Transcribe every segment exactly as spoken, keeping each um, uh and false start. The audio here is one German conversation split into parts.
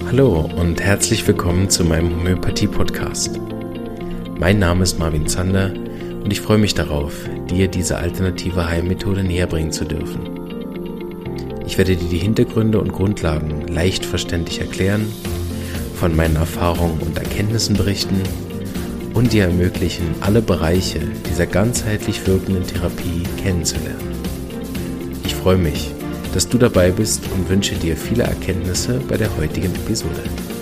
Hallo und herzlich willkommen zu meinem Homöopathie-Podcast. Mein Name ist Marvin Zander und ich freue mich darauf, dir diese alternative Heilmethode näherbringen zu dürfen. Ich werde dir die Hintergründe und Grundlagen leicht verständlich erklären, von meinen Erfahrungen und Erkenntnissen berichten und dir ermöglichen, alle Bereiche dieser ganzheitlich wirkenden Therapie kennenzulernen. Ich freue mich, dass du dabei bist und wünsche dir viele Erkenntnisse bei der heutigen Episode.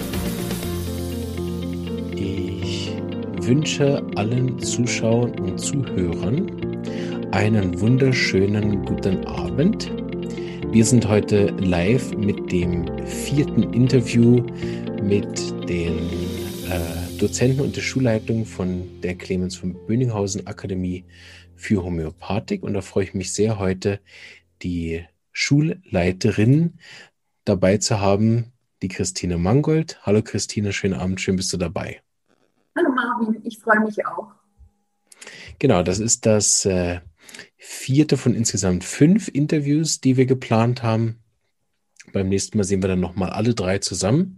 Ich wünsche allen Zuschauern und Zuhörern einen wunderschönen guten Abend. Wir sind heute live mit dem vierten Interview mit den äh, Dozenten und der Schulleitung von der Clemens von Böninghausen Akademie für Homöopathik. Und da freue ich mich sehr, heute die Schulleiterin dabei zu haben, die Christine Mangold. Hallo Christine, schönen Abend, schön bist du dabei. Hallo Marvin, ich freue mich auch. Genau, das ist das äh, vierte von insgesamt fünf Interviews, die wir geplant haben. Beim nächsten Mal sehen wir dann nochmal alle drei zusammen.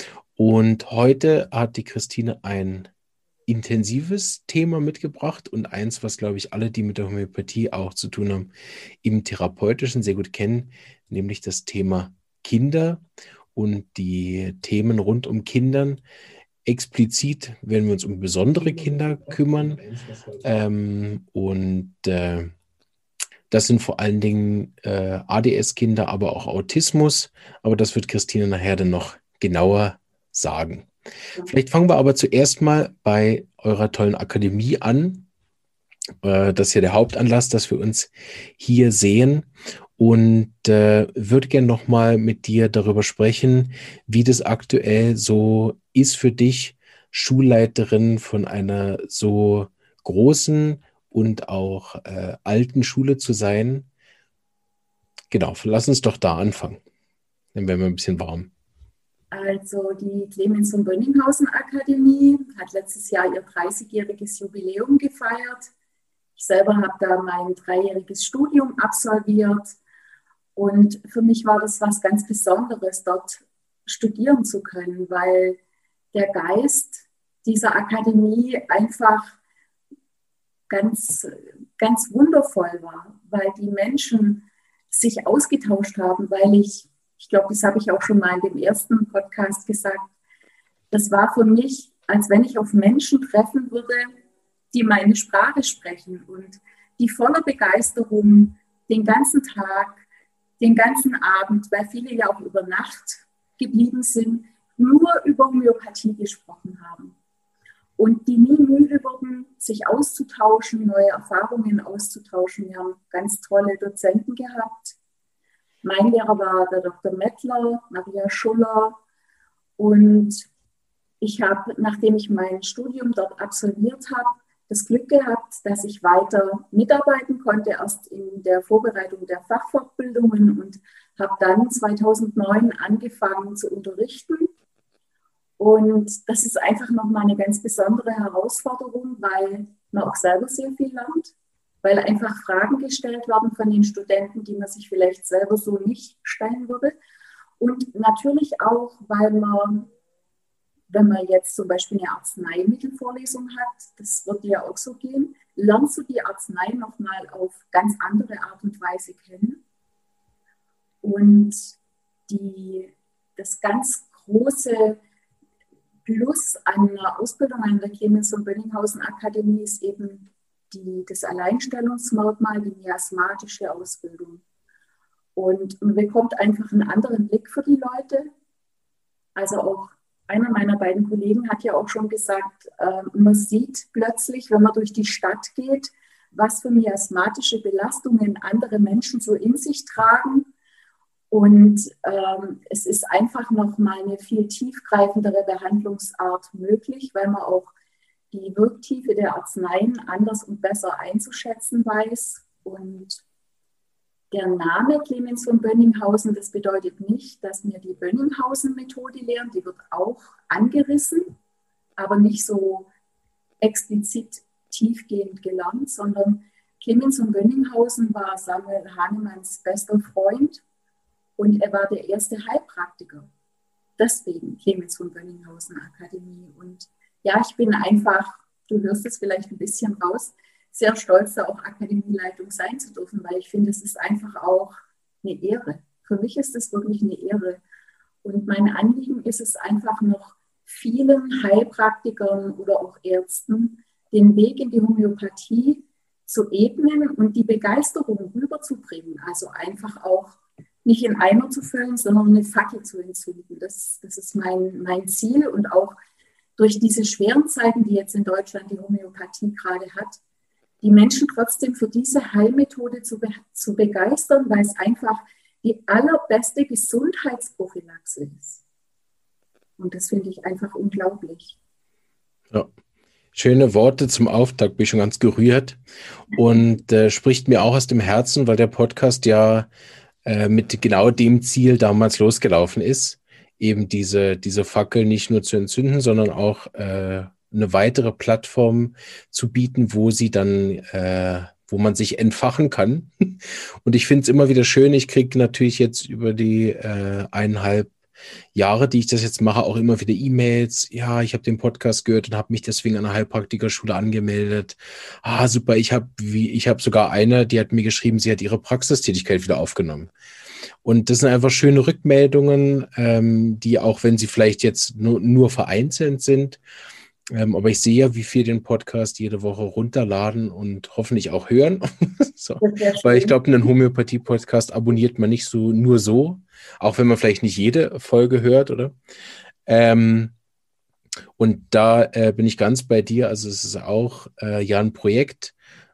Und heute hat die Christine ein intensives Thema mitgebracht und eins, was, glaube ich, alle, die mit der Homöopathie auch zu tun haben, im Therapeutischen sehr gut kennen, nämlich das Thema Kinder und die Themen rund um Kindern. Explizit werden wir uns um besondere Kinder kümmern ähm, und äh, das sind vor allen Dingen äh, A D S-Kinder, aber auch Autismus, aber das wird Christine nachher dann noch genauer sagen. Vielleicht fangen wir aber zuerst mal bei eurer tollen Akademie an. Äh, das ist ja der Hauptanlass, dass wir uns hier sehen. Und äh, würde gerne nochmal mit dir darüber sprechen, wie das aktuell so ist für dich, Schulleiterin von einer so großen und auch äh, alten Schule zu sein. Genau, lass uns doch da anfangen. Dann werden wir ein bisschen warm. Also die Clemens von Böninghausen Akademie hat letztes Jahr ihr dreißigjähriges Jubiläum gefeiert. Ich selber habe da mein dreijähriges Studium absolviert und für mich war das was ganz Besonderes, dort studieren zu können, weil der Geist dieser Akademie einfach ganz, ganz wundervoll war, weil die Menschen sich ausgetauscht haben, weil ich Ich glaube, das habe ich auch schon mal in dem ersten Podcast gesagt. Das war für mich, als wenn ich auf Menschen treffen würde, die meine Sprache sprechen und die voller Begeisterung den ganzen Tag, den ganzen Abend, weil viele ja auch über Nacht geblieben sind, nur über Homöopathie gesprochen haben. Und die nie müde wurden, sich auszutauschen, neue Erfahrungen auszutauschen. Wir haben ganz tolle Dozenten gehabt. Mein Lehrer war der Doktor Mettler, Maria Schuller, und ich habe, nachdem ich mein Studium dort absolviert habe, das Glück gehabt, dass ich weiter mitarbeiten konnte, erst in der Vorbereitung der Fachfortbildungen, und habe dann zweitausendneun angefangen zu unterrichten. Und das ist einfach nochmal eine ganz besondere Herausforderung, weil man auch selber sehr viel lernt. Weil einfach Fragen gestellt werden von den Studenten, die man sich vielleicht selber so nicht stellen würde. Und natürlich auch, weil man, wenn man jetzt zum Beispiel eine Arzneimittelvorlesung hat, das wird ja auch so gehen, lernst du die Arznei nochmal auf ganz andere Art und Weise kennen. Und die, das ganz große Plus an der Ausbildung an der Clemens von Böninghausen Akademie ist eben Die, das Alleinstellungsmerkmal, die miasmatische Ausbildung. Und man bekommt einfach einen anderen Blick für die Leute. Also auch einer meiner beiden Kollegen hat ja auch schon gesagt, äh, man sieht plötzlich, wenn man durch die Stadt geht, was für miasmatische Belastungen andere Menschen so in sich tragen. Und ähm, es ist einfach nochmal eine viel tiefgreifendere Behandlungsart möglich, weil man auch die Wirktiefe der Arzneien anders und besser einzuschätzen weiß. Und der Name Clemens von Böninghausen, das bedeutet nicht, dass wir die Böninghausen-Methode lehren, die wird auch angerissen, aber nicht so explizit tiefgehend gelernt, sondern Clemens von Böninghausen war Samuel Hahnemanns bester Freund und er war der erste Heilpraktiker. deswegen Clemens von Bönninghausen Akademie. Und ja, ich bin einfach, du hörst es vielleicht ein bisschen raus, sehr stolz, da auch Akademieleitung sein zu dürfen, weil ich finde, es ist einfach auch eine Ehre. Für mich ist es wirklich eine Ehre. Und mein Anliegen ist es einfach noch vielen Heilpraktikern oder auch Ärzten den Weg in die Homöopathie zu ebnen und die Begeisterung rüberzubringen. Also einfach auch nicht in Eimer zu füllen, sondern eine Fackel zu entzünden. Das, das ist mein, mein Ziel. Und auch durch diese schweren Zeiten, die jetzt in Deutschland die Homöopathie gerade hat, die Menschen trotzdem für diese Heilmethode zu, be- zu begeistern, weil es einfach die allerbeste Gesundheitsprophylaxe ist. Und das finde ich einfach unglaublich. Ja. Schöne Worte zum Auftakt, bin ich schon ganz gerührt und äh, spricht mir auch aus dem Herzen, weil der Podcast ja äh, mit genau dem Ziel damals losgelaufen ist, eben diese, diese Fackel nicht nur zu entzünden, sondern auch äh, eine weitere Plattform zu bieten, wo sie dann, äh, wo man sich entfachen kann. Und ich finde es immer wieder schön, ich kriege natürlich jetzt über die äh, eineinhalb Jahre, die ich das jetzt mache, auch immer wieder E-Mails. Ja, ich habe den Podcast gehört und habe mich deswegen an der Heilpraktikerschule angemeldet. Ah, super, ich habe wie ich habe sogar eine, die hat mir geschrieben, sie hat ihre Praxistätigkeit wieder aufgenommen. Und das sind einfach schöne Rückmeldungen, ähm, die auch, wenn sie vielleicht jetzt nur, nur vereinzelt sind, ähm, aber ich sehe ja, wie viel den Podcast jede Woche runterladen und hoffentlich auch hören. So. Das wäre Weil ich schön. glaube, einen Homöopathie-Podcast abonniert man nicht so nur so, auch wenn man vielleicht nicht jede Folge hört, oder? Ähm, und da äh, bin ich ganz bei dir. Also es ist auch äh, ja ein Projekt,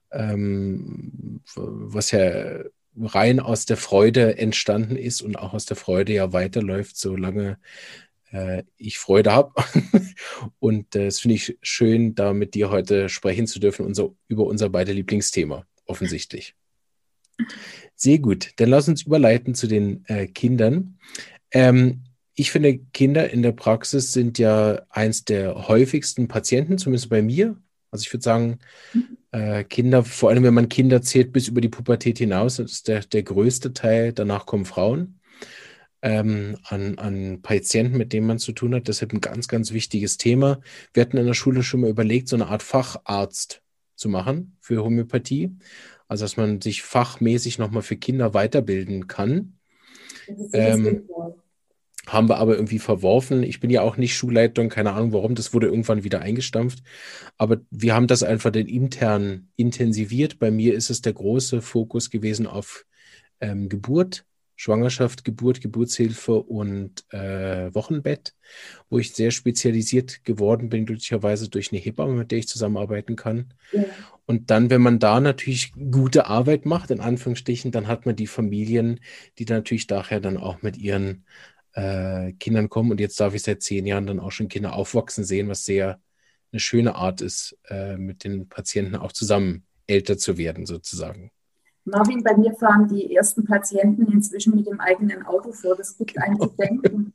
ähm, was ja rein aus der Freude entstanden ist und auch aus der Freude ja weiterläuft, solange äh, ich Freude habe. Und äh, das finde ich schön, da mit dir heute sprechen zu dürfen, unser, über unser beide Lieblingsthema, offensichtlich. Sehr gut. Dann lass uns überleiten zu den äh, Kindern. Ähm, ich finde, Kinder in der Praxis sind ja eins der häufigsten Patienten, zumindest bei mir. Also ich würde sagen, äh, Kinder, vor allem wenn man Kinder zählt bis über die Pubertät hinaus, das ist der, der größte Teil. Danach kommen Frauen ähm, an, an Patienten, mit denen man zu tun hat. Deshalb ein ganz, ganz wichtiges Thema. Wir hatten in der Schule schon mal überlegt, so eine Art Facharzt zu machen für Homöopathie. Also, dass man sich fachmäßig nochmal für Kinder weiterbilden kann. Das ist sicher Ähm, sinnvoll. haben wir aber irgendwie verworfen. Ich bin ja auch nicht Schulleitung, keine Ahnung warum, das wurde irgendwann wieder eingestampft. Aber wir haben das einfach dann intern intensiviert. Bei mir ist es der große Fokus gewesen auf ähm, Geburt, Schwangerschaft, Geburt, Geburtshilfe und äh, Wochenbett, wo ich sehr spezialisiert geworden bin, glücklicherweise durch eine Hebamme, mit der ich zusammenarbeiten kann. Ja. Und dann, wenn man da natürlich gute Arbeit macht, in Anführungsstrichen, dann hat man die Familien, die dann natürlich daher dann auch mit ihren äh, Kindern kommen. Und jetzt darf ich seit zehn Jahren dann auch schon Kinder aufwachsen sehen, was sehr eine schöne Art ist, äh, mit den Patienten auch zusammen älter zu werden, sozusagen. Marvin, bei mir fahren die ersten Patienten inzwischen mit dem eigenen Auto vor. Das gibt einem zu Genau. denken.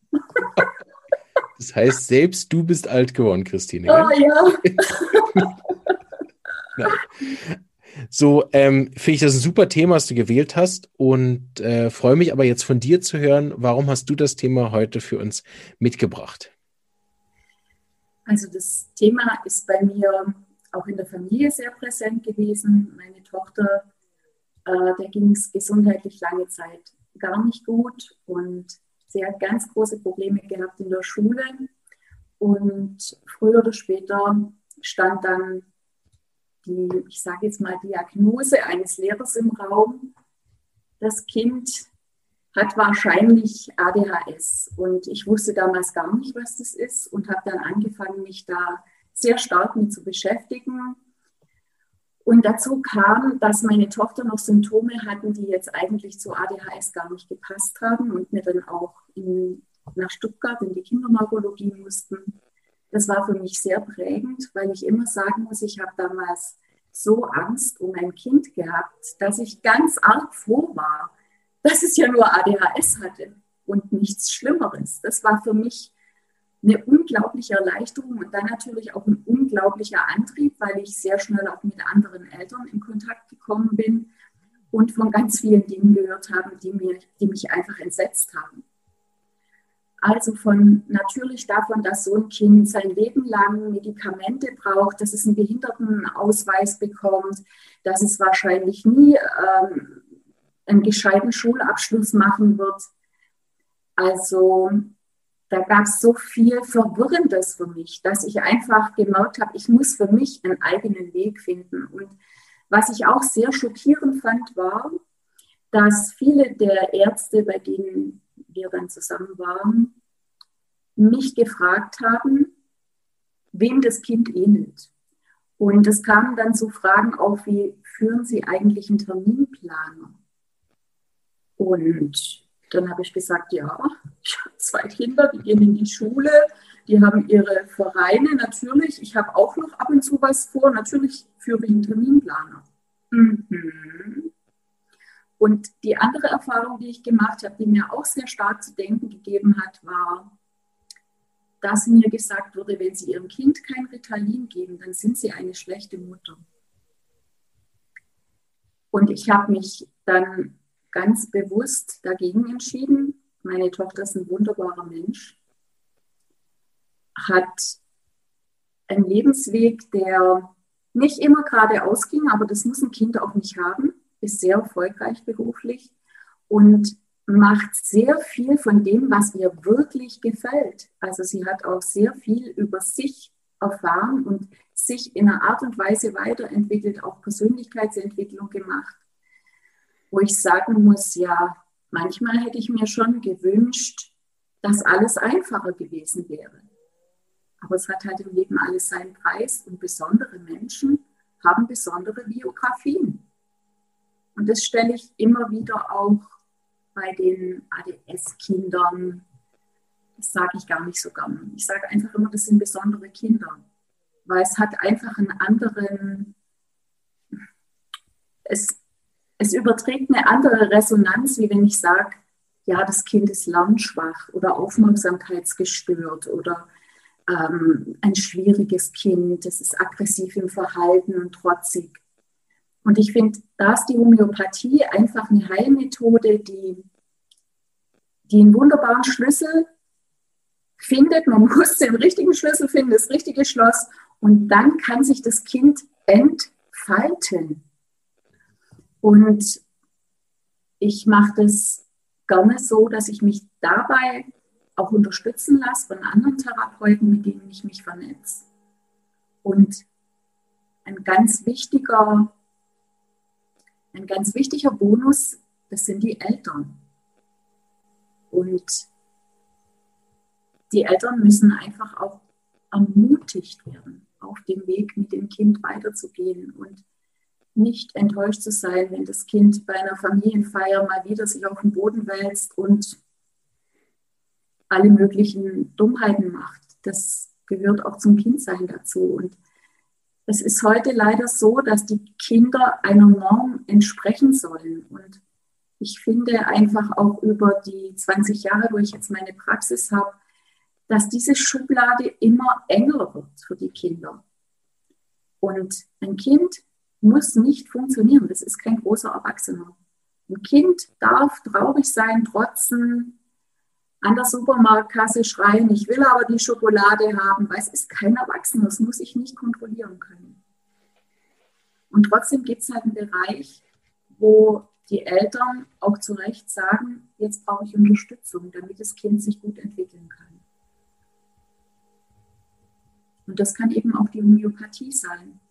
Das heißt, selbst du bist alt geworden, Christine, Oh gell? ja. Ja. So, ähm, finde ich das ein super Thema, das du gewählt hast und äh, freue mich aber jetzt von dir zu hören, warum hast du das Thema heute für uns mitgebracht? Also das Thema ist bei mir auch in der Familie sehr präsent gewesen. Meine Tochter, äh, der ging es gesundheitlich lange Zeit gar nicht gut und sie hat ganz große Probleme gehabt in der Schule. Und früher oder später stand dann die, ich sage jetzt mal, Diagnose eines Lehrers im Raum. Das Kind hat wahrscheinlich A D H S. Und ich wusste damals gar nicht, was das ist und habe dann angefangen, mich da sehr stark mit zu beschäftigen. Und dazu kam, dass meine Tochter noch Symptome hatten, die jetzt eigentlich zu A D H S gar nicht gepasst haben und mir dann auch in, nach Stuttgart in die Kinderneurologie mussten. Das war für mich sehr prägend, weil ich immer sagen muss, ich habe damals so Angst um mein Kind gehabt, dass ich ganz arg froh war, dass es ja nur A D H S hatte und nichts Schlimmeres. Das war für mich eine unglaubliche Erleichterung und dann natürlich auch ein unglaublicher Antrieb, weil ich sehr schnell auch mit anderen Eltern in Kontakt gekommen bin und von ganz vielen Dingen gehört habe, die, mir, die mich einfach entsetzt haben. Also von natürlich davon, dass so ein Kind sein Leben lang Medikamente braucht, dass es einen Behindertenausweis bekommt, dass es wahrscheinlich nie ähm, einen gescheiten Schulabschluss machen wird. Also da gab es so viel Verwirrendes für mich, dass ich einfach gemerkt habe, ich muss für mich einen eigenen Weg finden. Und was ich auch sehr schockierend fand, war, dass viele der Ärzte, bei denen wir dann zusammen waren, mich gefragt haben, wem das Kind ähnelt. Und es kamen dann so Fragen auf, wie führen Sie eigentlich einen Terminplaner? Und dann habe ich gesagt, ja, ich habe zwei Kinder, die gehen in die Schule, die haben ihre Vereine, natürlich. Ich habe auch noch ab und zu was vor, natürlich führe ich einen Terminplaner. Mhm. Und die andere Erfahrung, die ich gemacht habe, die mir auch sehr stark zu denken gegeben hat, war, dass mir gesagt wurde, wenn Sie Ihrem Kind kein Ritalin geben, dann sind Sie eine schlechte Mutter. Und ich habe mich dann ganz bewusst dagegen entschieden. Meine Tochter ist ein wunderbarer Mensch, hat einen Lebensweg, der nicht immer geradeaus ging, aber das muss ein Kind auch nicht haben, ist sehr erfolgreich beruflich und macht sehr viel von dem, was ihr wirklich gefällt. Also sie hat auch sehr viel über sich erfahren und sich in einer Art und Weise weiterentwickelt, auch Persönlichkeitsentwicklung gemacht, wo ich sagen muss, ja, manchmal hätte ich mir schon gewünscht, dass alles einfacher gewesen wäre. Aber es hat halt im Leben alles seinen Preis und besondere Menschen haben besondere Biografien. Und das stelle ich immer wieder auch bei den A D S-Kindern, das sage ich gar nicht so gern. Ich sage einfach immer, das sind besondere Kinder, weil es hat einfach einen anderen, es, es überträgt eine andere Resonanz, wie wenn ich sage, ja, das Kind ist lernschwach oder aufmerksamkeitsgestört oder ähm, ein schwieriges Kind, das ist aggressiv im Verhalten und trotzig. Und ich finde, da ist die Homöopathie einfach eine Heilmethode, die, die einen wunderbaren Schlüssel findet. Man muss den richtigen Schlüssel finden, das richtige Schloss. Und dann kann sich das Kind entfalten. Und ich mache das gerne so, dass ich mich dabei auch unterstützen lasse von anderen Therapeuten, mit denen ich mich vernetze. Und ein ganz wichtiger Ein ganz wichtiger Bonus, das sind die Eltern. Und die Eltern müssen einfach auch ermutigt werden, auf dem Weg mit dem Kind weiterzugehen und nicht enttäuscht zu sein, wenn das Kind bei einer Familienfeier mal wieder sich auf den Boden wälzt und alle möglichen Dummheiten macht. Das gehört auch zum Kindsein dazu. Und es ist heute leider so, dass die Kinder einer Norm entsprechen sollen. Und ich finde einfach auch über die zwanzig Jahre, wo ich jetzt meine Praxis habe, dass diese Schublade immer enger wird für die Kinder. Und ein Kind muss nicht funktionieren. Das ist kein großer Erwachsener. Ein Kind darf traurig sein, trotzen, an der Supermarktkasse schreien, ich will aber die Schokolade haben, weil es ist kein Erwachsener, das muss ich nicht kontrollieren können. Und trotzdem gibt es halt einen Bereich, wo die Eltern auch zu Recht sagen, jetzt brauche ich Unterstützung, damit das Kind sich gut entwickeln kann. Und das kann eben auch die Homöopathie sein.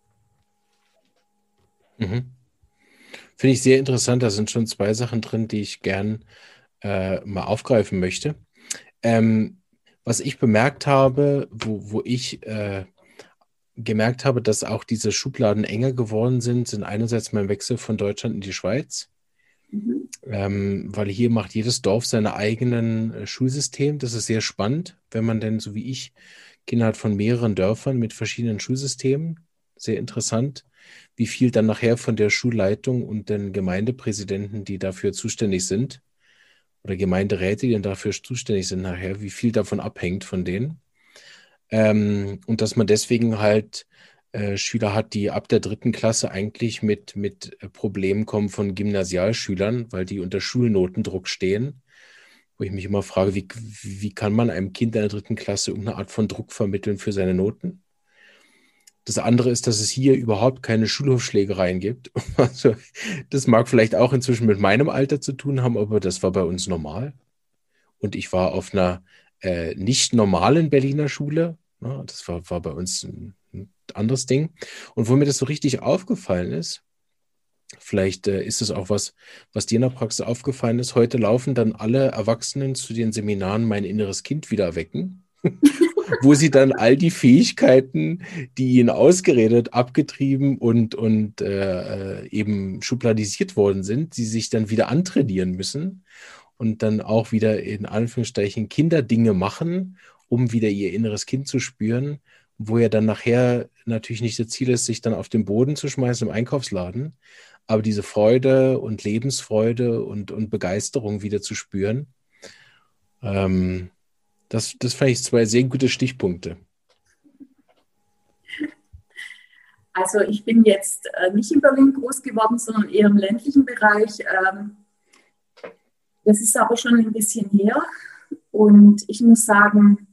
Mhm. Finde ich sehr interessant, da sind schon zwei Sachen drin, die ich gern äh, mal aufgreifen möchte. Ähm, was ich bemerkt habe, wo, wo ich äh, gemerkt habe, dass auch diese Schubladen enger geworden sind, sind einerseits mein Wechsel von Deutschland in die Schweiz, Mhm. ähm, weil hier macht jedes Dorf seine eigenen äh, Schulsystem. Das ist sehr spannend, wenn man denn, so wie ich, Kinder hat von mehreren Dörfern mit verschiedenen Schulsystemen. Sehr interessant, wie viel dann nachher von der Schulleitung und den Gemeindepräsidenten, die dafür zuständig sind, oder Gemeinderäte, die dann dafür zuständig sind nachher, wie viel davon abhängt von denen. Ähm, und dass man deswegen halt äh, Schüler hat, die ab der dritten Klasse eigentlich mit, mit Problemen kommen von Gymnasialschülern, weil die unter Schulnotendruck stehen. wo ich mich immer frage, wie, wie kann man einem Kind in der dritten Klasse irgendeine Art von Druck vermitteln für seine Noten? Das andere ist, dass es hier überhaupt keine Schulhofschlägereien gibt. Also, das mag vielleicht auch inzwischen mit meinem Alter zu tun haben, aber das war bei uns normal. Und ich war auf einer äh, nicht normalen Berliner Schule. Ja, das war, war bei uns ein, ein anderes Ding. Und wo mir das so richtig aufgefallen ist, vielleicht äh, ist es auch was, was dir in der Praxis aufgefallen ist, heute laufen dann alle Erwachsenen zu den Seminaren Mein inneres Kind wieder erwecken, wo sie dann all die Fähigkeiten, die ihnen ausgeredet, abgetrieben und, und äh, äh, eben schubladisiert worden sind, sie sich dann wieder antrainieren müssen und dann auch wieder in Anführungsstrichen Kinderdinge machen, um wieder ihr inneres Kind zu spüren, wo ja dann nachher natürlich nicht das Ziel ist, sich dann auf den Boden zu schmeißen im Einkaufsladen, aber diese Freude und Lebensfreude und, und Begeisterung wieder zu spüren. Ähm, das, das fand ich zwei sehr gute Stichpunkte. Also ich bin jetzt äh, nicht in Berlin groß geworden, sondern eher im ländlichen Bereich. Ähm, das ist aber schon ein bisschen her. Und ich muss sagen,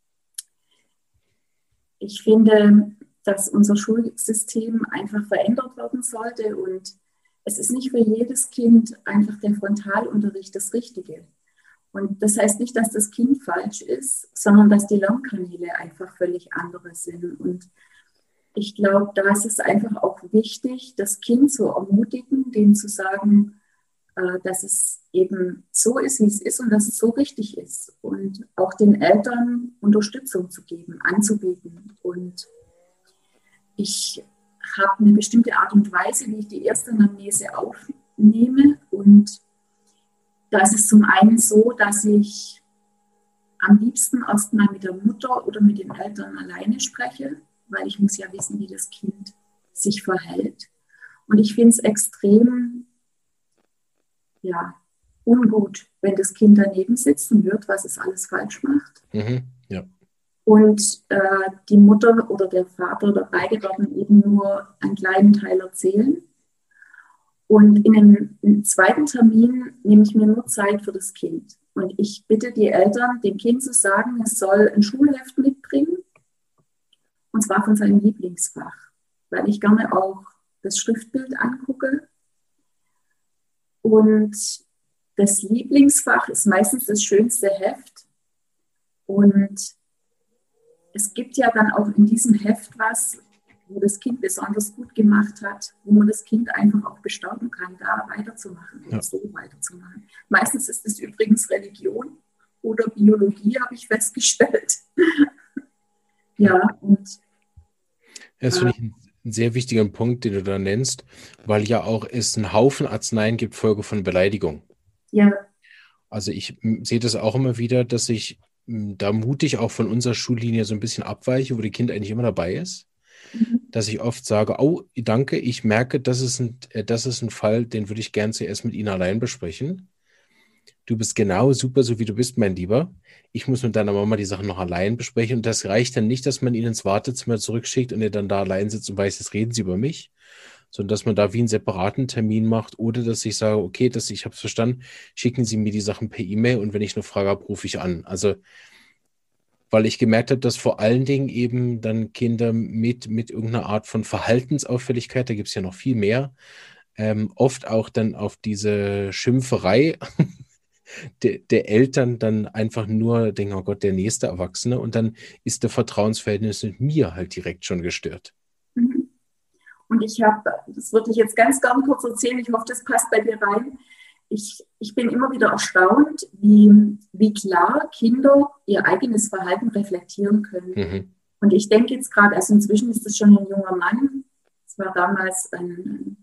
ich finde, dass unser Schulsystem einfach verändert werden sollte. Und es ist nicht für jedes Kind einfach der Frontalunterricht das Richtige. Und das heißt nicht, dass das Kind falsch ist, sondern dass die Lernkanäle einfach völlig andere sind. Und ich glaube, da ist es einfach auch wichtig, das Kind zu ermutigen, dem zu sagen, äh, dass es eben so ist, wie es ist und dass es so richtig ist. Und auch den Eltern Unterstützung zu geben, anzubieten. Und ich habe eine bestimmte Art und Weise, wie ich die erste Anamnese aufnehme. Und da ist es zum einen so, dass ich am liebsten erstmal mit der Mutter oder mit den Eltern alleine spreche, weil ich muss ja wissen, wie das Kind sich verhält. Und ich finde es extrem ja, ungut, wenn das Kind daneben sitzen wird, was es alles falsch macht. Mhm, ja. Und äh, die Mutter oder der Vater oder beide werden eben nur einen kleinen Teil erzählen. Und in einem, in einem zweiten Termin nehme ich mir nur Zeit für das Kind. Und ich bitte die Eltern, dem Kind zu sagen, es soll ein Schulheft mitbringen, und zwar von seinem Lieblingsfach, weil ich gerne auch das Schriftbild angucke. Und das Lieblingsfach ist meistens das schönste Heft. Und es gibt ja dann auch in diesem Heft was, wo das Kind besonders gut gemacht hat, wo man das Kind einfach auch bestärken kann, da weiterzumachen oder ja. so weiterzumachen. Meistens ist es übrigens Religion oder Biologie, habe ich festgestellt. ja, und das finde ich einen sehr wichtigen Punkt, den du da nennst, weil ja auch es einen Haufen Arzneien gibt, Folge von Beleidigung. Ja. Also ich sehe das auch immer wieder, dass ich da mutig auch von unserer Schullinie so ein bisschen abweiche, wo die Kind eigentlich immer dabei ist, mhm. dass ich oft sage, oh, danke, ich merke, das ist ein, das ist ein Fall, den würde ich gern zuerst mit Ihnen allein besprechen. Du bist genau super, so wie du bist, mein Lieber. Ich muss mit deiner Mama die Sachen noch allein besprechen und das reicht dann nicht, dass man ihn ins Wartezimmer zurückschickt und er dann da allein sitzt und weiß, jetzt reden sie über mich, sondern dass man da wie einen separaten Termin macht oder dass ich sage, okay, das, ich habe es verstanden, schicken Sie mir die Sachen per E-Mail und wenn ich eine Frage habe, rufe ich an. Also, weil ich gemerkt habe, dass vor allen Dingen eben dann Kinder mit, mit irgendeiner Art von Verhaltensauffälligkeit, da gibt es ja noch viel mehr, ähm, oft auch dann auf diese Schimpferei der, der Eltern dann einfach nur denken, oh Gott, der nächste Erwachsene und dann ist der Vertrauensverhältnis mit mir halt direkt schon gestört. Und ich habe, das würde ich jetzt ganz gerne kurz erzählen, ich hoffe, das passt bei dir rein. Ich, ich bin immer wieder erstaunt, wie, wie klar Kinder ihr eigenes Verhalten reflektieren können. Mhm. Und ich denke jetzt gerade, also inzwischen ist das schon ein junger Mann, es war damals ein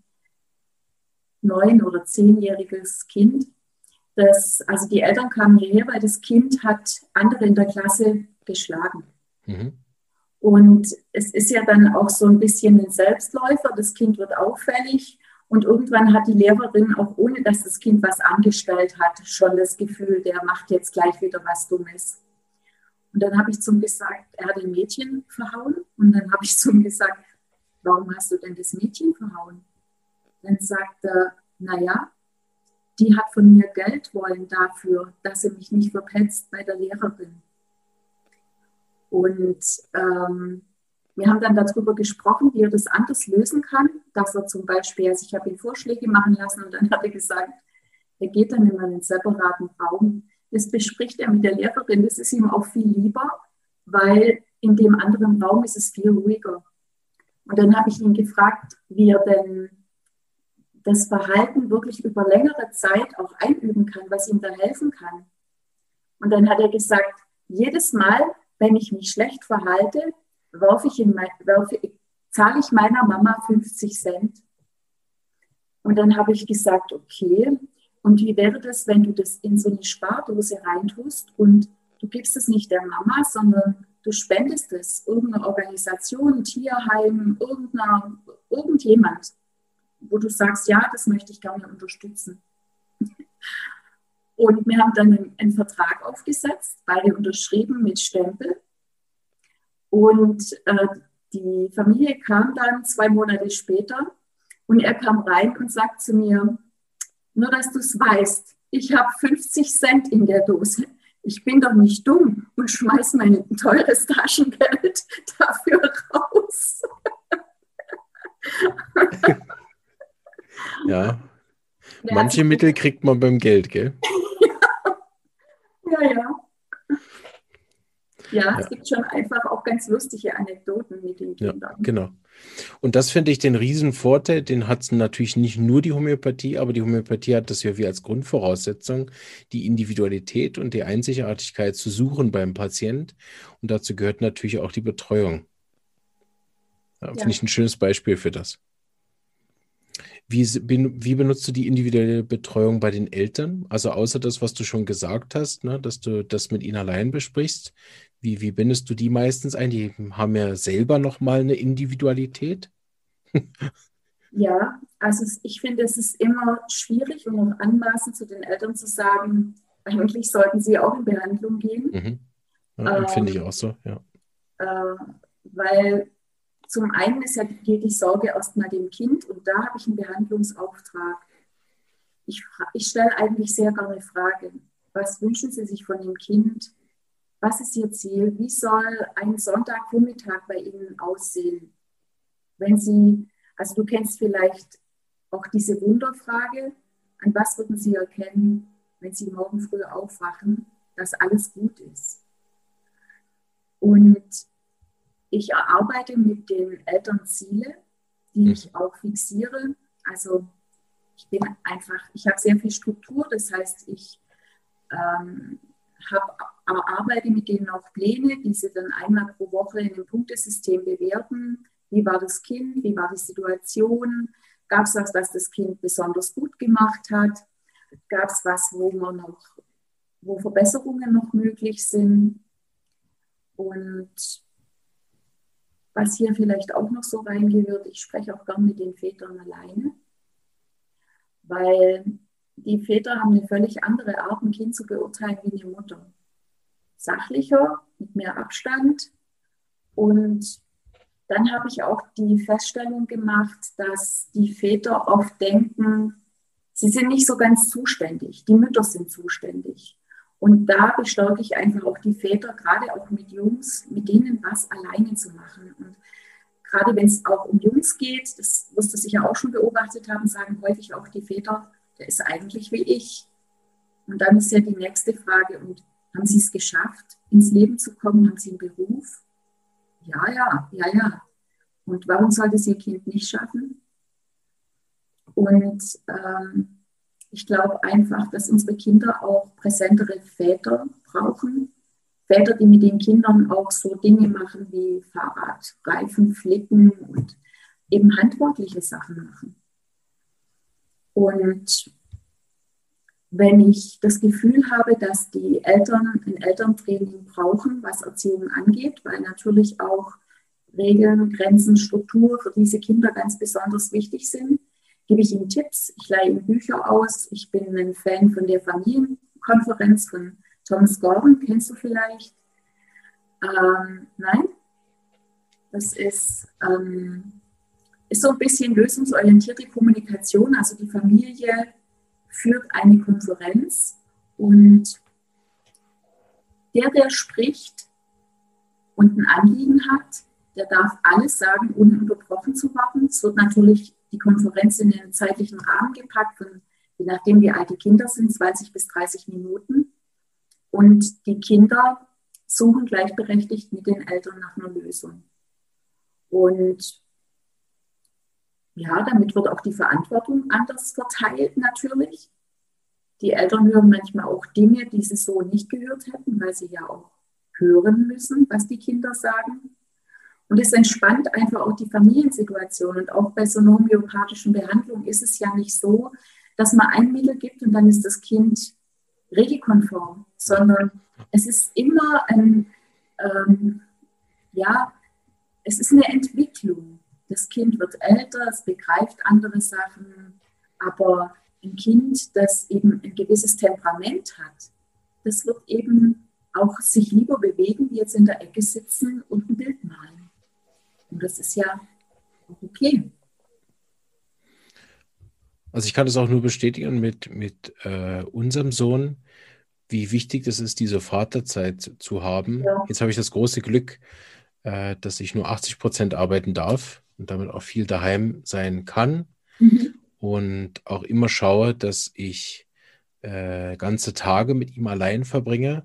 neun- oder zehnjähriges Kind. Das, also die Eltern kamen hierher, weil das Kind hat andere in der Klasse geschlagen. Mhm. Und es ist ja dann auch so ein bisschen ein Selbstläufer. Das Kind wird auffällig und irgendwann hat die Lehrerin, auch ohne dass das Kind was angestellt hat, schon das Gefühl, der macht jetzt gleich wieder was Dummes. Und dann habe ich zu ihm gesagt, er hat ein Mädchen verhauen. Und dann habe ich zu ihm gesagt, warum hast du denn das Mädchen verhauen? Dann sagt er, naja, die hat von mir Geld wollen dafür, dass sie mich nicht verpetzt bei der Lehrerin. Und ähm, wir haben dann darüber gesprochen, wie er das anders lösen kann, dass er zum Beispiel, also ich habe ihm Vorschläge machen lassen und dann hat er gesagt, er geht dann in einen separaten Raum. Das bespricht er mit der Lehrerin, das ist ihm auch viel lieber, weil in dem anderen Raum ist es viel ruhiger. Und dann habe ich ihn gefragt, wie er denn das Verhalten wirklich über längere Zeit auch einüben kann, was ihm da helfen kann. Und dann hat er gesagt, jedes Mal, wenn ich mich schlecht verhalte, werfe ich in mein, werfe, zahle ich meiner Mama fünfzig Cent. Und dann habe ich gesagt, okay, und wie wäre das, wenn du das in so eine Spardose reintust und du gibst es nicht der Mama, sondern du spendest es irgendeiner Organisation, Tierheim, irgendeiner, irgendjemand, wo du sagst, ja, das möchte ich gerne unterstützen. Und wir haben dann einen, einen Vertrag aufgesetzt, beide unterschrieben mit Stempel. Und äh, die Familie kam dann zwei Monate später und er kam rein und sagt zu mir, nur dass du es weißt, ich habe fünfzig Cent in der Dose. Ich bin doch nicht dumm und schmeiß mein teures Taschengeld dafür raus. Ja, manche Mittel kriegt man beim Geld, gell? Ja, ja. Ja, es ja. gibt schon einfach auch ganz lustige Anekdoten mit den Kindern. Ja, genau. Und das finde ich den Riesenvorteil, den hat es natürlich nicht nur die Homöopathie, aber die Homöopathie hat das ja wie als Grundvoraussetzung, die Individualität und die Einzigartigkeit zu suchen beim Patient. Und dazu gehört natürlich auch die Betreuung. Ja, finde ja. ich ein schönes Beispiel für das. Wie, wie benutzt du die individuelle Betreuung bei den Eltern? Also außer das, was du schon gesagt hast, ne, dass du das mit ihnen allein besprichst. Wie, wie bindest du die meistens ein? Die haben ja selber nochmal eine Individualität. Ja, also ich finde, es ist immer schwierig und auch anmaßend zu den Eltern zu sagen, eigentlich sollten sie auch in Behandlung gehen. Mhm. Ja, ähm, finde ich auch so, ja. Äh, weil zum einen ist ja die, die Sorge erstmal dem Kind und da habe ich einen Behandlungsauftrag. Ich, ich stelle eigentlich sehr gerne Fragen. Was wünschen Sie sich von dem Kind? Was ist Ihr Ziel? Wie soll ein Sonntagvormittag bei Ihnen aussehen? Wenn Sie, also du kennst vielleicht auch diese Wunderfrage, an was würden Sie erkennen, wenn Sie morgen früh aufwachen, dass alles gut ist? Und ich erarbeite mit den Eltern Ziele, die ich auch fixiere. Also ich bin einfach, ich habe sehr viel Struktur, das heißt, ich ähm, hab, erarbeite mit denen auch Pläne, die sie dann einmal pro Woche in einem Punktesystem bewerten. Wie war das Kind, wie war die Situation, gab es was, was das Kind besonders gut gemacht hat, gab es was, wo man noch, wo Verbesserungen noch möglich sind. Und was hier vielleicht auch noch so reingehört, ich spreche auch gern mit den Vätern alleine, weil die Väter haben eine völlig andere Art, ein Kind zu beurteilen wie eine Mutter. Sachlicher, mit mehr Abstand. Und dann habe ich auch die Feststellung gemacht, dass die Väter oft denken, sie sind nicht so ganz zuständig, die Mütter sind zuständig. Und da bestärke ich einfach auch die Väter, gerade auch mit Jungs, mit denen was alleine zu machen. Und gerade wenn es auch um Jungs geht, das wirst du sicher auch schon beobachtet haben, sagen häufig auch die Väter, der ist eigentlich wie ich. Und dann ist ja die nächste Frage, und haben Sie es geschafft, ins Leben zu kommen? Haben Sie einen Beruf? Ja, ja, ja, ja. Und warum sollte es Ihr Kind nicht schaffen? Und ähm, ich glaube einfach, dass unsere Kinder auch präsentere Väter brauchen. Väter, die mit den Kindern auch so Dinge machen wie Fahrradreifen flicken und eben handwerkliche Sachen machen. Und wenn ich das Gefühl habe, dass die Eltern ein Elterntraining brauchen, was Erziehung angeht, weil natürlich auch Regeln, Grenzen, Struktur für diese Kinder ganz besonders wichtig sind, gebe ich ihnen Tipps, ich leihe ihnen Bücher aus. Ich bin ein Fan von der Familienkonferenz von Thomas Gordon, kennst du vielleicht? Ähm, nein? Das ist, ähm, ist so ein bisschen lösungsorientierte Kommunikation, also die Familie führt eine Konferenz und der, der spricht und ein Anliegen hat, der darf alles sagen, ohne unterbrochen zu werden. Es wird natürlich die Konferenz in den zeitlichen Rahmen gepackt, und je nachdem, wie alt die Kinder sind, zwanzig bis dreißig Minuten. Und die Kinder suchen gleichberechtigt mit den Eltern nach einer Lösung. Und ja, damit wird auch die Verantwortung anders verteilt natürlich. Die Eltern hören manchmal auch Dinge, die sie so nicht gehört hätten, weil sie ja auch hören müssen, was die Kinder sagen. Und es entspannt einfach auch die Familiensituation. Und auch bei so einer homöopathischen Behandlung ist es ja nicht so, dass man ein Mittel gibt und dann ist das Kind regelkonform, sondern es ist immer ein, ähm, ja, es ist eine Entwicklung. Das Kind wird älter, es begreift andere Sachen, aber ein Kind, das eben ein gewisses Temperament hat, das wird eben auch sich lieber bewegen, wie jetzt in der Ecke sitzen und ein Bild malen. Und das ist ja okay. Also ich kann das auch nur bestätigen mit, mit äh, unserem Sohn, wie wichtig es ist, diese Vaterzeit zu haben. Ja. Jetzt habe ich das große Glück, äh, dass ich nur achtzig Prozent arbeiten darf und damit auch viel daheim sein kann. Mhm. Und auch immer schaue, dass ich äh, ganze Tage mit ihm allein verbringe.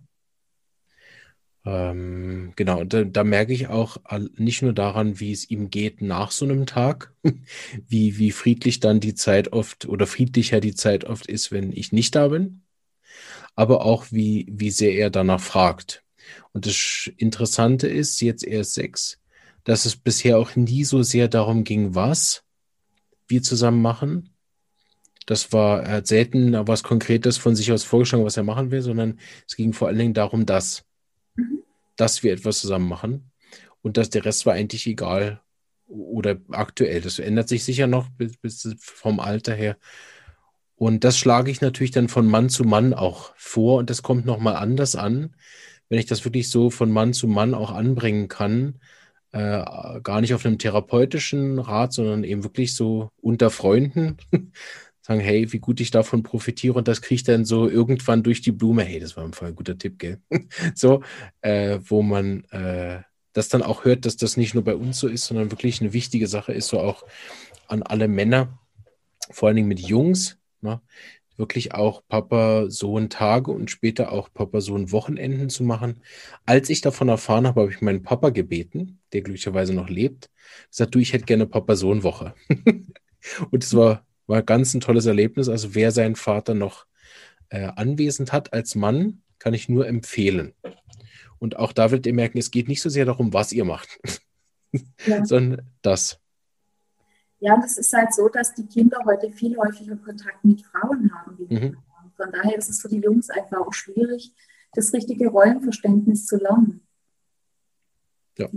Ähm, genau, da, da merke ich auch all- nicht nur daran, wie es ihm geht nach so einem Tag, wie, wie friedlich dann die Zeit oft oder friedlicher die Zeit oft ist, wenn ich nicht da bin, aber auch wie, wie sehr er danach fragt. Und das Sch- Interessante ist, jetzt er ist sechs, dass es bisher auch nie so sehr darum ging, was wir zusammen machen. Das war, er hat selten was Konkretes von sich aus vorgeschlagen, was er machen will, sondern es ging vor allen Dingen darum, dass, Mhm. dass wir etwas zusammen machen. Und dass der Rest war eigentlich egal oder aktuell. Das ändert sich sicher noch bis, bis vom Alter her. Und das schlage ich natürlich dann von Mann zu Mann auch vor. Und das kommt nochmal anders an, wenn ich das wirklich so von Mann zu Mann auch anbringen kann. Äh, gar nicht auf einem therapeutischen Rat, sondern eben wirklich so unter Freunden. Sagen, hey, wie gut ich davon profitiere. Und das kriege ich dann so irgendwann durch die Blume. Hey, das war im Fall ein guter Tipp, gell? So, äh, wo man äh, das dann auch hört, dass das nicht nur bei uns so ist, sondern wirklich eine wichtige Sache ist, so auch an alle Männer, vor allen Dingen mit Jungs, ne? Wirklich auch Papa-Sohn-Tage und später auch Papa-Sohn-Wochenenden zu machen. Als ich davon erfahren habe, habe ich meinen Papa gebeten, der glücklicherweise noch lebt, gesagt, du, ich hätte gerne Papa-Sohn-Woche. Und es war, war ganz ein tolles Erlebnis. Also wer seinen Vater noch äh, anwesend hat als Mann, kann ich nur empfehlen. Und auch da werdet ihr merken, es geht nicht so sehr darum, was ihr macht, Ja. sondern das. Ja, und es ist halt so, dass die Kinder heute viel häufiger Kontakt mit Frauen haben wie mit Mhm. Männern. Von daher ist es für die Jungs einfach auch schwierig, das richtige Rollenverständnis zu lernen. Ja.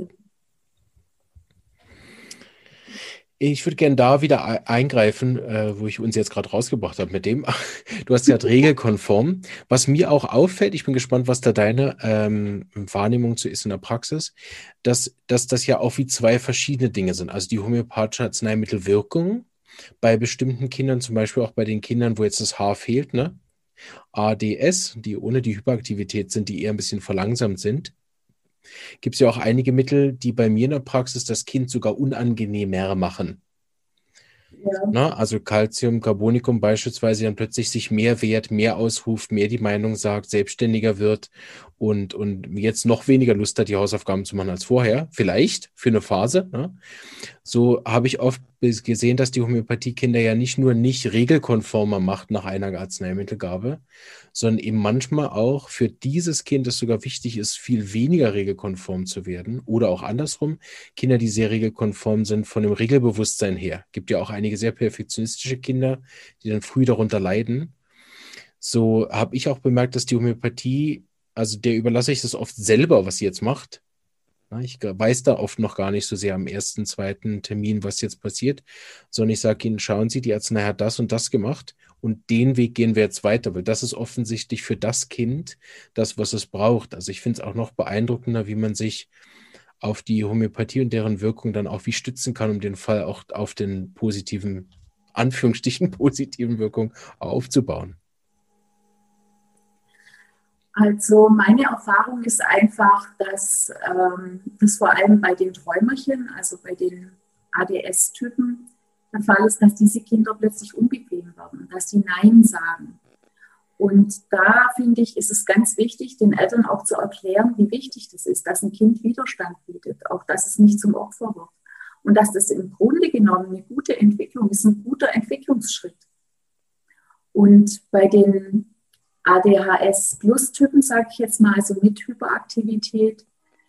Ich würde gerne da wieder e- eingreifen, äh, wo ich uns jetzt gerade rausgebracht habe mit dem. Du hast gesagt, regelkonform. Was mir auch auffällt, ich bin gespannt, was da deine ähm, Wahrnehmung zu ist in der Praxis, dass, dass das ja auch wie zwei verschiedene Dinge sind. Also die homöopathische Arzneimittelwirkung bei bestimmten Kindern, zum Beispiel auch bei den Kindern, wo jetzt das Haar fehlt, ne? A D S, die ohne die Hyperaktivität sind, die eher ein bisschen verlangsamt sind. Gibt es ja auch einige Mittel, die bei mir in der Praxis das Kind sogar unangenehmer machen. Ja. Na, also Calcium, Carbonicum beispielsweise dann plötzlich sich mehr wehrt, mehr ausruft, mehr die Meinung sagt, selbstständiger wird und, und jetzt noch weniger Lust hat, die Hausaufgaben zu machen als vorher. Vielleicht für eine Phase. Ne? So habe ich oft gesehen, dass die Homöopathie Kinder ja nicht nur nicht regelkonformer macht nach einer Arzneimittelgabe, sondern eben manchmal auch für dieses Kind, das sogar wichtig ist, viel weniger regelkonform zu werden. Oder auch andersrum, Kinder, die sehr regelkonform sind, von dem Regelbewusstsein her. Gibt ja auch einige sehr perfektionistische Kinder, die dann früh darunter leiden. So habe ich auch bemerkt, dass die Homöopathie, also der überlasse ich das oft selber, was sie jetzt macht. Ja, ich weiß da oft noch gar nicht so sehr am ersten, zweiten Termin, was jetzt passiert, sondern ich sage Ihnen, schauen Sie, die Arznei hat das und das gemacht und den Weg gehen wir jetzt weiter, weil das ist offensichtlich für das Kind das, was es braucht. Also ich finde es auch noch beeindruckender, wie man sich auf die Homöopathie und deren Wirkung dann auch wie stützen kann, um den Fall auch auf den positiven Anführungsstrichen positiven Wirkung aufzubauen? Also meine Erfahrung ist einfach, dass ähm, das vor allem bei den Träumerchen, also bei den A D S-Typen, der Fall ist, dass diese Kinder plötzlich unbequem werden, dass sie Nein sagen. Und da finde ich, ist es ganz wichtig, den Eltern auch zu erklären, wie wichtig das ist, dass ein Kind Widerstand bietet, auch dass es nicht zum Opfer wird. Und dass das im Grunde genommen eine gute Entwicklung ist, ein guter Entwicklungsschritt. Und bei den A D H S-Plus-Typen, sage ich jetzt mal, also mit Hyperaktivität,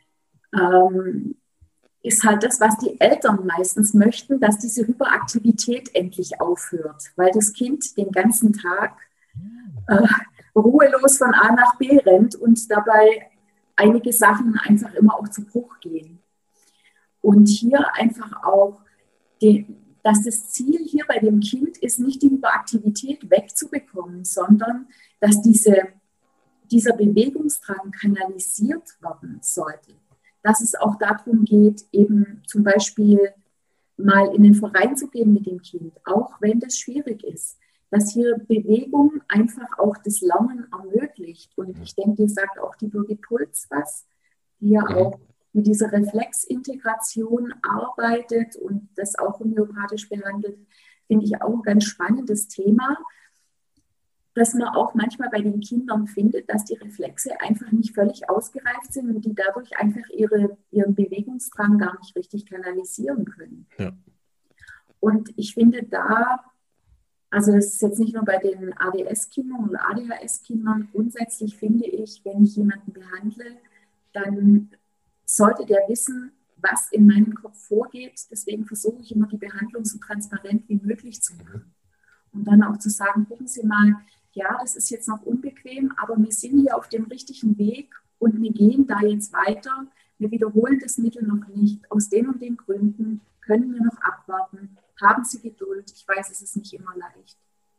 ähm, ist halt das, was die Eltern meistens möchten, dass diese Hyperaktivität endlich aufhört, weil das Kind den ganzen Tag äh, ruhelos von A nach B rennt und dabei einige Sachen einfach immer auch zu Bruch gehen. Und hier einfach auch, die, dass das Ziel hier bei dem Kind ist, nicht die Hyperaktivität wegzubekommen, sondern dass diese, dieser Bewegungsdrang kanalisiert werden sollte. Dass es auch darum geht, eben zum Beispiel mal in den Verein zu gehen mit dem Kind, auch wenn das schwierig ist. Dass hier Bewegung einfach auch das Lernen ermöglicht. Und ich denke, die sagt auch die Birgit Puls was, die ja auch mit dieser Reflexintegration arbeitet und das auch homöopathisch behandelt, finde ich auch ein ganz spannendes Thema, dass man auch manchmal bei den Kindern findet, dass die Reflexe einfach nicht völlig ausgereift sind und die dadurch einfach ihre, ihren Bewegungsdrang gar nicht richtig kanalisieren können. Ja. Und ich finde da, also das ist jetzt nicht nur bei den A D S-Kindern oder A D H S-Kindern, grundsätzlich finde ich, wenn ich jemanden behandle, dann sollte der wissen, was in meinem Kopf vorgeht. Deswegen versuche ich immer, die Behandlung so transparent wie möglich zu machen. Und dann auch zu sagen, gucken Sie mal, ja, das ist jetzt noch unbequem, aber wir sind hier auf dem richtigen Weg und wir gehen da jetzt weiter. Wir wiederholen das Mittel noch nicht. Aus den und den Gründen können wir noch abwarten. Haben Sie Geduld. Ich weiß, es ist nicht immer leicht.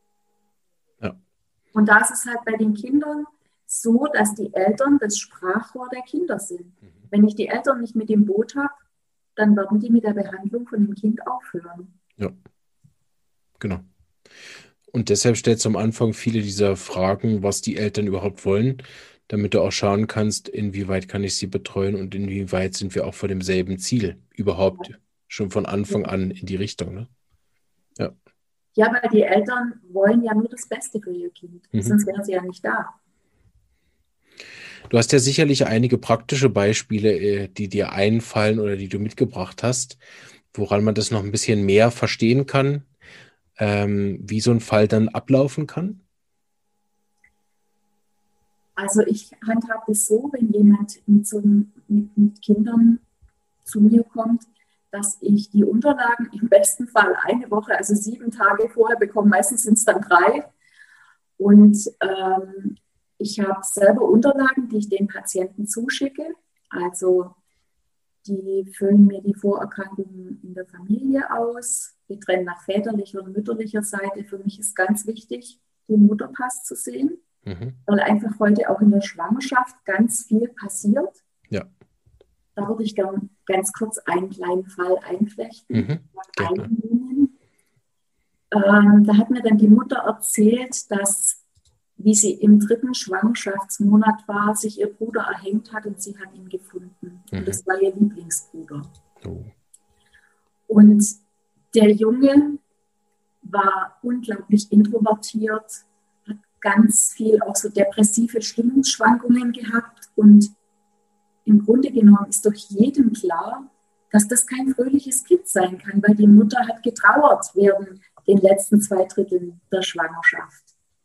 Ja. Und da ist es halt bei den Kindern so, dass die Eltern das Sprachrohr der Kinder sind. Mhm. Wenn ich die Eltern nicht mit dem Boot habe, dann werden die mit der Behandlung von dem Kind aufhören. Ja, genau. Und deshalb stellst du am Anfang viele dieser Fragen, was die Eltern überhaupt wollen, damit du auch schauen kannst, inwieweit kann ich sie betreuen und inwieweit sind wir auch vor demselben Ziel überhaupt ja. schon von Anfang an in die Richtung. Ne? Ja. ja, weil die Eltern wollen ja nur das Beste für ihr Kind, mhm. sonst wären sie ja nicht da. Du hast ja sicherlich einige praktische Beispiele, die dir einfallen oder die du mitgebracht hast, woran man das noch ein bisschen mehr verstehen kann, ähm, wie so ein Fall dann ablaufen kann? Also ich handhabe es so, wenn jemand mit, so, mit, mit Kindern zu mir kommt, dass ich die Unterlagen im besten Fall eine Woche, also sieben Tage vorher bekomme, meistens sind es dann drei. Und ähm, ich habe selber Unterlagen, die ich den Patienten zuschicke. Also die füllen mir die Vorerkrankungen in der Familie aus. Wir trennen nach väterlicher und mütterlicher Seite. Für mich ist ganz wichtig, den Mutterpass zu sehen, mhm. weil einfach heute auch in der Schwangerschaft ganz viel passiert. Ja. Da würde ich gerne ganz kurz einen kleinen Fall einflechten. Mhm. Ähm, da hat mir dann die Mutter erzählt, dass wie sie im dritten Schwangerschaftsmonat war, sich ihr Bruder erhängt hat und sie hat ihn gefunden. Mhm. Und das war ihr Lieblingsbruder. Oh. Und der Junge war unglaublich introvertiert, hat ganz viel auch so depressive Stimmungsschwankungen gehabt und im Grunde genommen ist doch jedem klar, dass das kein fröhliches Kind sein kann, weil die Mutter hat getrauert während den letzten zwei Dritteln der Schwangerschaft.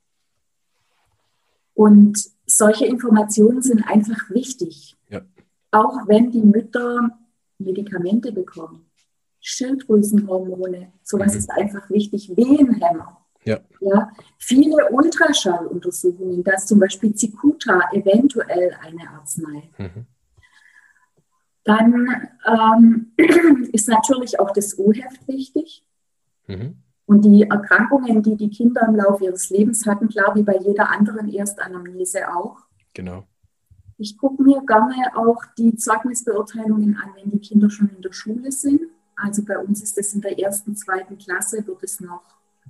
Und solche Informationen sind einfach wichtig. Ja. Auch wenn die Mütter Medikamente bekommen, Schilddrüsenhormone, sowas mhm. ist einfach wichtig, Wehenhämmer. Ja. Ja, viele Ultraschalluntersuchungen, dass zum Beispiel Cicuta eventuell eine Arznei. Mhm. Dann ähm, ist natürlich auch das O-Heft wichtig. Mhm. Und die Erkrankungen, die die Kinder im Laufe ihres Lebens hatten, klar, wie bei jeder anderen Erstanamnese auch. Genau. Ich gucke mir gerne auch die Zeugnisbeurteilungen an, wenn die Kinder schon in der Schule sind. Also bei uns ist das in der ersten, zweiten Klasse, wird es noch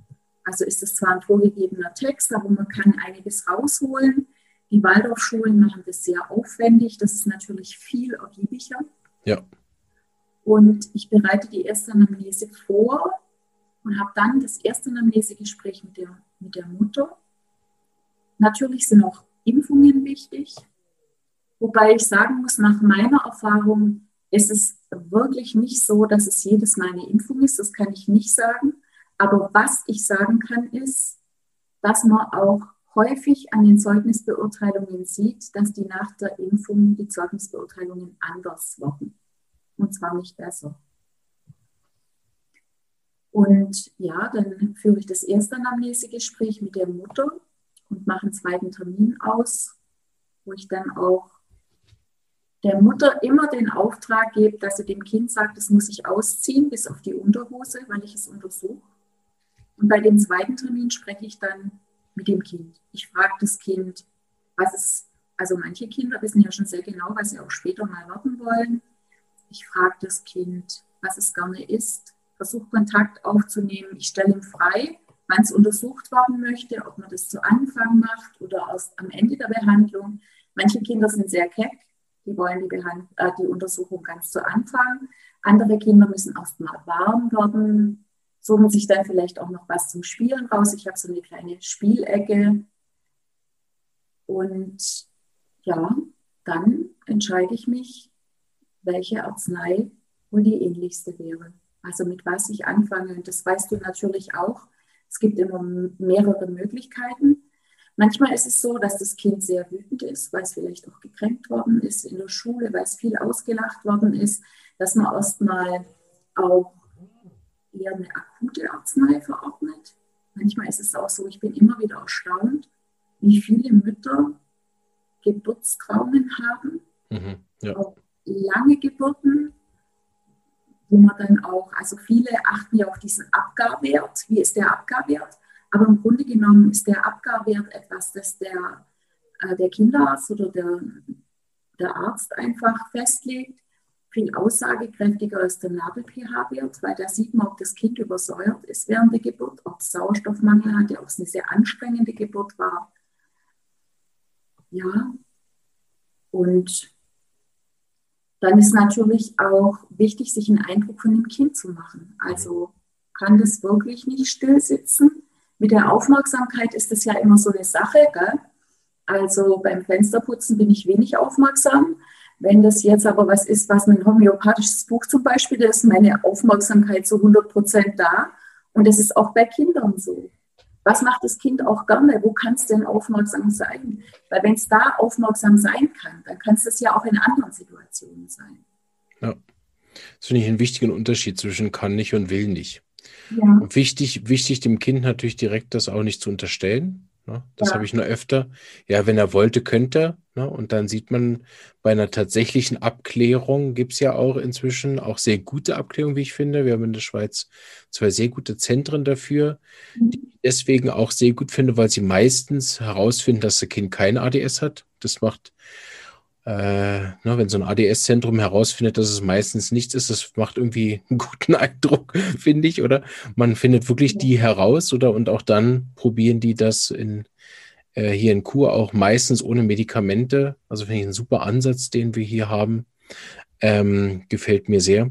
Also ist es zwar ein vorgegebener Text, aber man kann einiges rausholen. Die Waldorfschulen machen das sehr aufwendig. Das ist natürlich viel ergiebiger. Ja. Und ich bereite die erste Anamnese vor und habe dann das erste Anamnesegespräch mit der, mit der Mutter. Natürlich sind auch Impfungen wichtig. Wobei ich sagen muss, nach meiner Erfahrung ist es wirklich nicht so, dass es jedes Mal eine Impfung ist. Das kann ich nicht sagen. Aber was ich sagen kann, ist, dass man auch häufig an den Zeugnisbeurteilungen sieht, dass die nach der Impfung die Zeugnisbeurteilungen anders werden. Und zwar nicht besser. Und ja, dann führe ich das erste Anamnesegespräch mit der Mutter und mache einen zweiten Termin aus, wo ich dann auch der Mutter immer den Auftrag gebe, dass sie dem Kind sagt, es muss sich ausziehen bis auf die Unterhose, weil ich es untersuche. Und bei dem zweiten Termin spreche ich dann mit dem Kind. Ich frage das Kind, was es, also manche Kinder wissen ja schon sehr genau, was sie auch später mal werden wollen. Ich frage das Kind, was es gerne isst, versuche Kontakt aufzunehmen. Ich stelle ihm frei, wann es untersucht werden möchte, ob man das zu Anfang macht oder erst am Ende der Behandlung. Manche Kinder sind sehr keck, die wollen die, Behand- äh, die Untersuchung ganz zu Anfang. Andere Kinder müssen erst mal warm werden, suchen sich dann vielleicht auch noch was zum Spielen raus. Ich habe so eine kleine Spielecke. Und ja, dann entscheide ich mich, welche Arznei wohl die ähnlichste wäre. Also mit was ich anfange. Und das weißt du natürlich auch. Es gibt immer mehrere Möglichkeiten. Manchmal ist es so, dass das Kind sehr wütend ist, weil es vielleicht auch gekränkt worden ist in der Schule, weil es viel ausgelacht worden ist, dass man erstmal auch eher eine akute Arznei verordnet. Manchmal ist es auch so, ich bin immer wieder erstaunt, wie viele Mütter Geburtstraumen haben, Mhm. Ja. auch lange Geburten, wo man dann auch, also viele achten ja auf diesen Abgarwert. Wie ist der Abgarwert? Aber im Grunde genommen ist der Abgarwert etwas, das der, äh, der Kinderarzt oder der, der Arzt einfach festlegt. Viel aussagekräftiger als der Nabel-pH-Wert, weil da sieht man, ob das Kind übersäuert ist während der Geburt, ob es Sauerstoffmangel hatte, ob es eine sehr anstrengende Geburt war. Ja, und dann ist natürlich auch wichtig, sich einen Eindruck von dem Kind zu machen. Also kann das wirklich nicht still sitzen? Mit der Aufmerksamkeit ist das ja immer so eine Sache, gell? Also beim Fensterputzen bin ich wenig aufmerksam. Wenn das jetzt aber was ist, was ein homöopathisches Buch zum Beispiel, da ist meine Aufmerksamkeit zu hundert Prozent da. Und das ist auch bei Kindern so. Was macht das Kind auch gerne? Wo kann es denn aufmerksam sein? Weil wenn es da aufmerksam sein kann, dann kann es das ja auch in anderen Situationen sein. Ja, das finde ich einen wichtigen Unterschied zwischen kann nicht und will nicht. Ja, Und wichtig, wichtig dem Kind natürlich direkt das auch nicht zu unterstellen. Ne? Das habe ja, ich nur öfter. Ja, wenn er wollte, könnte er. Ne? Und dann sieht man bei einer tatsächlichen Abklärung, gibt es ja auch inzwischen auch sehr gute Abklärungen, wie ich finde. Wir haben in der Schweiz zwei sehr gute Zentren dafür, die ich deswegen auch sehr gut finde, weil sie meistens herausfinden, dass das Kind kein A D S hat. Das macht äh, ne, wenn so ein A D S-Zentrum herausfindet, dass es meistens nichts ist, das macht irgendwie einen guten Eindruck, finde ich, oder? Man findet wirklich die heraus, oder? Und auch dann probieren die das in, äh, hier in Chur auch meistens ohne Medikamente. Also finde ich einen super Ansatz, den wir hier haben. Ähm, gefällt mir sehr.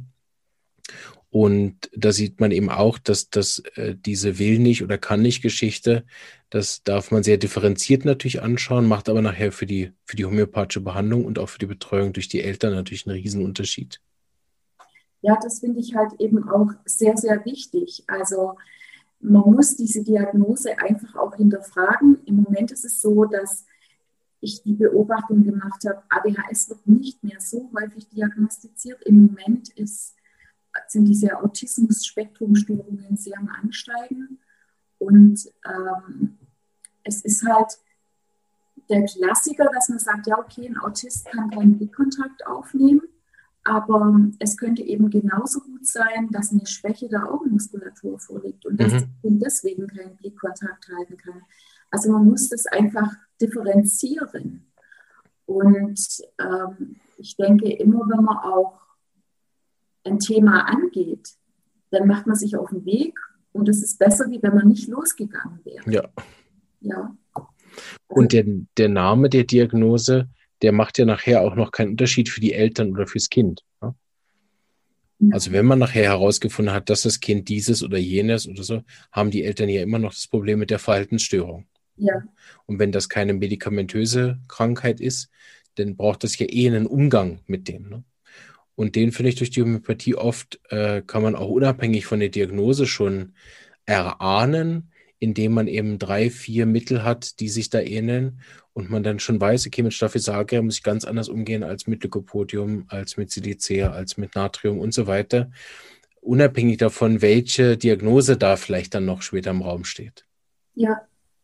Und da sieht man eben auch, dass, dass äh, diese Will nicht oder kann nicht Geschichte, das darf man sehr differenziert natürlich anschauen, macht aber nachher für die, für die homöopathische Behandlung und auch für die Betreuung durch die Eltern natürlich einen Riesenunterschied. ja, das finde ich halt eben auch sehr, sehr wichtig. Also man muss diese Diagnose einfach auch hinterfragen. Im Moment ist es so, dass ich die Beobachtung gemacht habe, A D H S wird nicht mehr so häufig diagnostiziert. Im Moment ist, sind diese Autismus-Spektrum-Störungen sehr am Ansteigen. Und ähm, es ist halt der Klassiker, dass man sagt, ja, okay, ein Autist kann keinen Blickkontakt aufnehmen, aber es könnte eben genauso gut sein, dass eine Schwäche der Augenmuskulatur vorliegt und dass das Mhm. Kind deswegen keinen Blickkontakt halten kann. Also man muss das einfach differenzieren. Und ähm, ich denke, immer wenn man auch ein Thema angeht, dann macht man sich auf den Weg Und es ist besser, wie wenn man nicht losgegangen wäre. Ja. Ja. Und der, der Name der Diagnose, der macht ja nachher auch noch keinen Unterschied für die Eltern oder fürs Kind. Ne? Also wenn man nachher herausgefunden hat, dass das Kind dieses oder jenes oder so, haben die Eltern ja immer noch das Problem mit der Verhaltensstörung. Ja. Und wenn das keine medikamentöse Krankheit ist, dann braucht das ja eh einen Umgang mit dem. Ne? Und den finde ich durch die Homöopathie oft, äh, kann man auch unabhängig von der Diagnose schon erahnen, indem man eben drei, vier Mittel hat, die sich da ähneln und man dann schon weiß, okay, mit Staphysaria muss ich ganz anders umgehen als mit Lycopodium, als mit Silicea, als mit Natrium und so weiter, unabhängig davon, welche Diagnose da vielleicht dann noch später im Raum steht. Ja.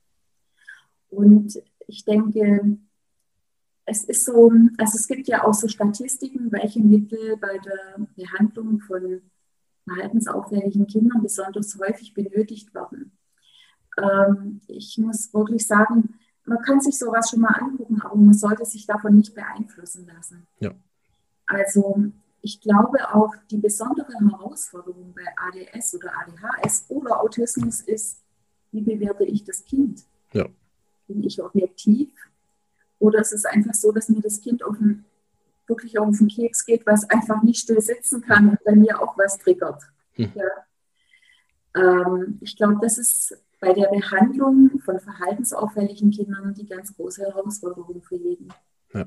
Und ich denke, es ist so, also es gibt ja auch so Statistiken, welche Mittel bei der Behandlung von verhaltensauffälligen Kindern besonders häufig benötigt werden. Ähm, ich muss wirklich sagen, man kann sich sowas schon mal angucken, aber man sollte sich davon nicht beeinflussen lassen. Ja. Also ich glaube auch, die besondere Herausforderung bei A D S oder A D H S oder Autismus ist, wie bewerte ich das Kind? Ja. Bin ich objektiv? Oder ist es einfach so, dass mir das Kind auf den, wirklich auf den Keks geht, was einfach nicht still sitzen kann und bei mir auch was triggert? Hm. Ja. Ähm, ich glaube, das ist bei der Behandlung von verhaltensauffälligen Kindern die ganz große Herausforderung für jeden. Ja.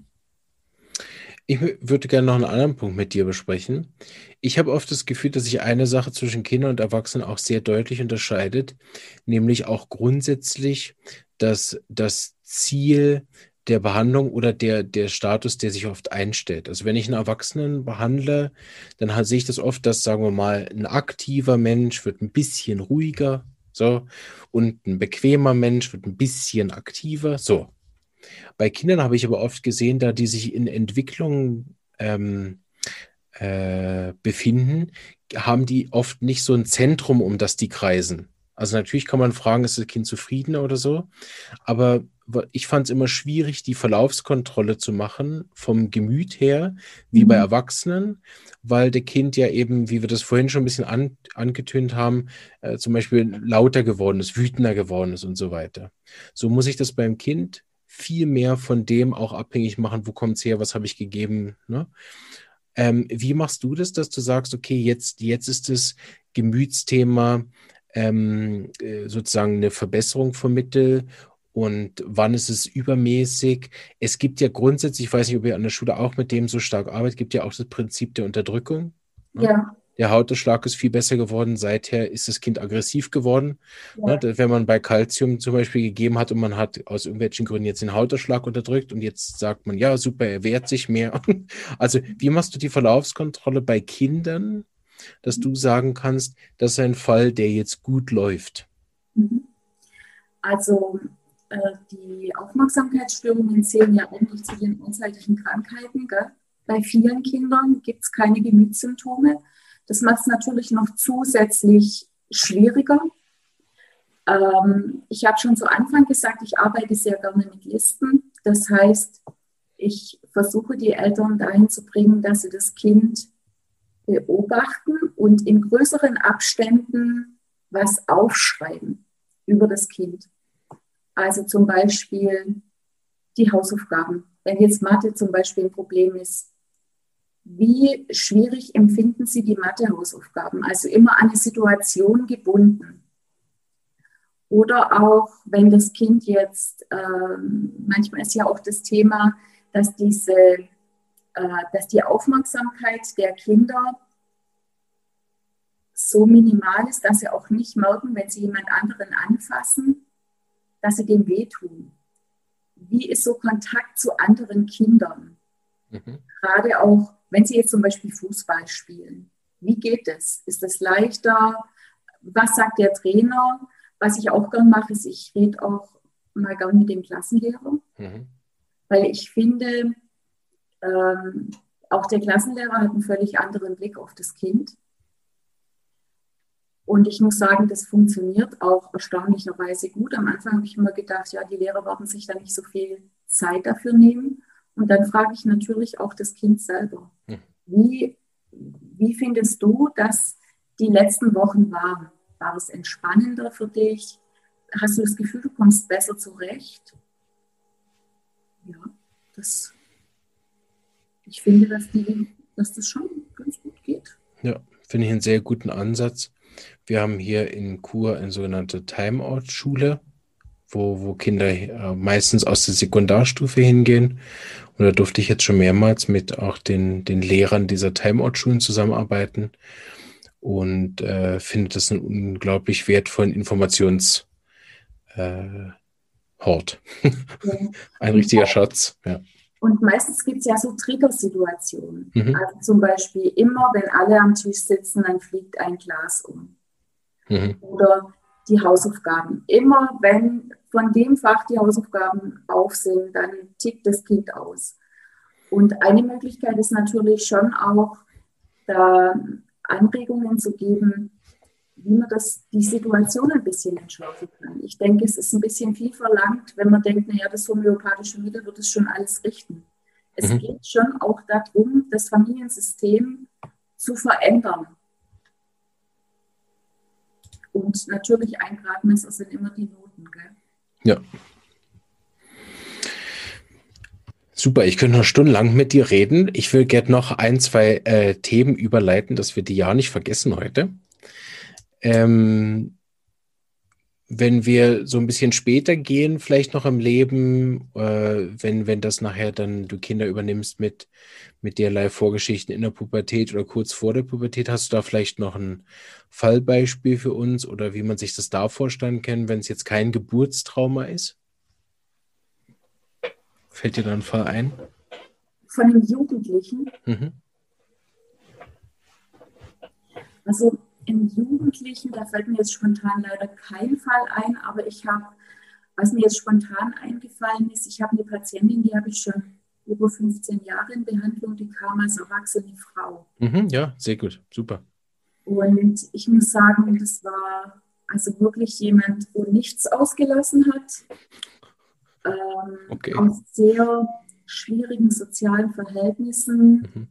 Ich würde gerne noch einen anderen Punkt mit dir besprechen. Ich habe oft das Gefühl, dass sich eine Sache zwischen Kindern und Erwachsenen auch sehr deutlich unterscheidet, nämlich auch grundsätzlich das, das Ziel der Behandlung oder der, der Status, der sich oft einstellt. Also wenn ich einen Erwachsenen behandle, dann sehe ich das oft, dass, sagen wir mal, ein aktiver Mensch wird ein bisschen ruhiger, so, und ein bequemer Mensch wird ein bisschen aktiver, so. Bei Kindern habe ich aber oft gesehen, da die sich in Entwicklung ähm, äh, befinden, haben die oft nicht so ein Zentrum, um das die kreisen. Also natürlich kann man fragen, ist das Kind zufrieden oder so, aber ich fand es immer schwierig, die Verlaufskontrolle zu machen vom Gemüt her, wie mhm. bei Erwachsenen, weil der Kind ja eben, wie wir das vorhin schon ein bisschen an, angetönt haben, äh, zum Beispiel lauter geworden ist, wütender geworden ist und so weiter. So muss ich das beim Kind viel mehr von dem auch abhängig machen, wo kommt es her, was habe ich gegeben. Ne? Ähm, wie machst du das, dass du sagst, okay, jetzt, jetzt ist das Gemütsthema ähm, sozusagen eine Verbesserung vom Mittel und wann ist es übermäßig? Es gibt ja grundsätzlich, ich weiß nicht, ob ihr an der Schule auch mit dem so stark arbeitet, gibt ja auch das Prinzip der Unterdrückung. Ne? Ja. Der Hautausschlag ist viel besser geworden. Seither ist das Kind aggressiv geworden. Ja. Ne? Wenn man bei Calcium zum Beispiel gegeben hat und man hat aus irgendwelchen Gründen jetzt den Hautausschlag unterdrückt und jetzt sagt man, ja, super, er wehrt sich mehr. Also wie machst du die Verlaufskontrolle bei Kindern, dass du sagen kannst, das ist ein Fall, der jetzt gut läuft? Also äh, die Aufmerksamkeitsstörungen zählen ja eigentlich zu den urzeitlichen Krankheiten. Gell? Bei vielen Kindern gibt es keine Gemütssymptome. Das macht es natürlich noch zusätzlich schwieriger. Ähm, ich habe schon zu Anfang gesagt, ich arbeite sehr gerne mit Listen. Das heißt, ich versuche die Eltern dahin zu bringen, dass sie das Kind beobachten und in größeren Abständen was aufschreiben über das Kind. Also zum Beispiel die Hausaufgaben. Wenn jetzt Mathe zum Beispiel ein Problem ist, wie schwierig empfinden Sie die Mathe-Hausaufgaben? Also immer an eine Situation gebunden. Oder auch, wenn das Kind jetzt, ähm, manchmal ist ja auch das Thema, dass, diese, äh, dass die Aufmerksamkeit der Kinder so minimal ist, dass sie auch nicht merken, wenn sie jemand anderen anfassen, dass sie dem wehtun. Wie ist so Kontakt zu anderen Kindern? Mhm. Gerade auch, wenn sie jetzt zum Beispiel Fußball spielen. Wie geht es? Ist es leichter? Was sagt der Trainer? Was ich auch gern mache, ist, ich rede auch mal gern mit dem Klassenlehrer. Mhm. Weil ich finde, ähm, auch der Klassenlehrer hat einen völlig anderen Blick auf das Kind. Und ich muss sagen, das funktioniert auch erstaunlicherweise gut. Am Anfang habe ich immer gedacht, ja, die Lehrer werden sich da nicht so viel Zeit dafür nehmen. Und dann frage ich natürlich auch das Kind selber. Wie, wie findest du, dass die letzten Wochen waren? War es entspannender für dich? Hast du das Gefühl, du kommst besser zurecht? Ja, das, ich finde, dass, die, dass das schon ganz gut geht. Ja, finde ich einen sehr guten Ansatz. Wir haben hier in Chur eine sogenannte Timeout-Schule, wo, wo Kinder äh, meistens aus der Sekundarstufe hingehen. Und da durfte ich jetzt schon mehrmals mit auch den, den Lehrern dieser Timeout-Schulen zusammenarbeiten und äh, finde das einen unglaublich wertvollen Informationshort. Äh, Hort. Ja. Ein richtiger Schatz, ja. Und meistens gibt es ja so Triggersituationen. Mhm. Also zum Beispiel immer, wenn alle am Tisch sitzen, dann fliegt ein Glas um. Mhm. Oder die Hausaufgaben. Immer wenn von dem Fach die Hausaufgaben auf sind, dann tickt das Kind aus. Und eine Möglichkeit ist natürlich schon auch, da Anregungen zu geben, wie man das, die Situation ein bisschen entschärfen kann. Ich denke, es ist ein bisschen viel verlangt, wenn man denkt, naja, das homöopathische Mittel wird es schon alles richten. Es Mhm. geht schon auch darum, das Familiensystem zu verändern. Und natürlich ein Gradmesser sind immer die Noten, gell? Ja. Super, ich könnte noch stundenlang mit dir reden. Ich will gerne noch ein, zwei äh, Themen überleiten, dass wir die ja nicht vergessen heute. Ähm, wenn wir so ein bisschen später gehen, vielleicht noch im Leben, äh, wenn, wenn das nachher dann du Kinder übernimmst mit, mit derlei Vorgeschichten in der Pubertät oder kurz vor der Pubertät, hast du da vielleicht noch ein Fallbeispiel für uns oder wie man sich das da vorstellen kann, wenn es jetzt kein Geburtstrauma ist? Fällt dir da ein Fall ein? Von den Jugendlichen. Mhm. Also im Jugendlichen, da fällt mir jetzt spontan leider kein Fall ein, aber ich habe, was mir jetzt spontan eingefallen ist, ich habe eine Patientin, die habe ich schon über fünfzehn Jahre in Behandlung, die kam als erwachsene Frau. Mhm, ja, sehr gut, super. Und ich muss sagen, das war also wirklich jemand, wo nichts ausgelassen hat, ähm, Okay. aus sehr schwierigen sozialen Verhältnissen, Mhm.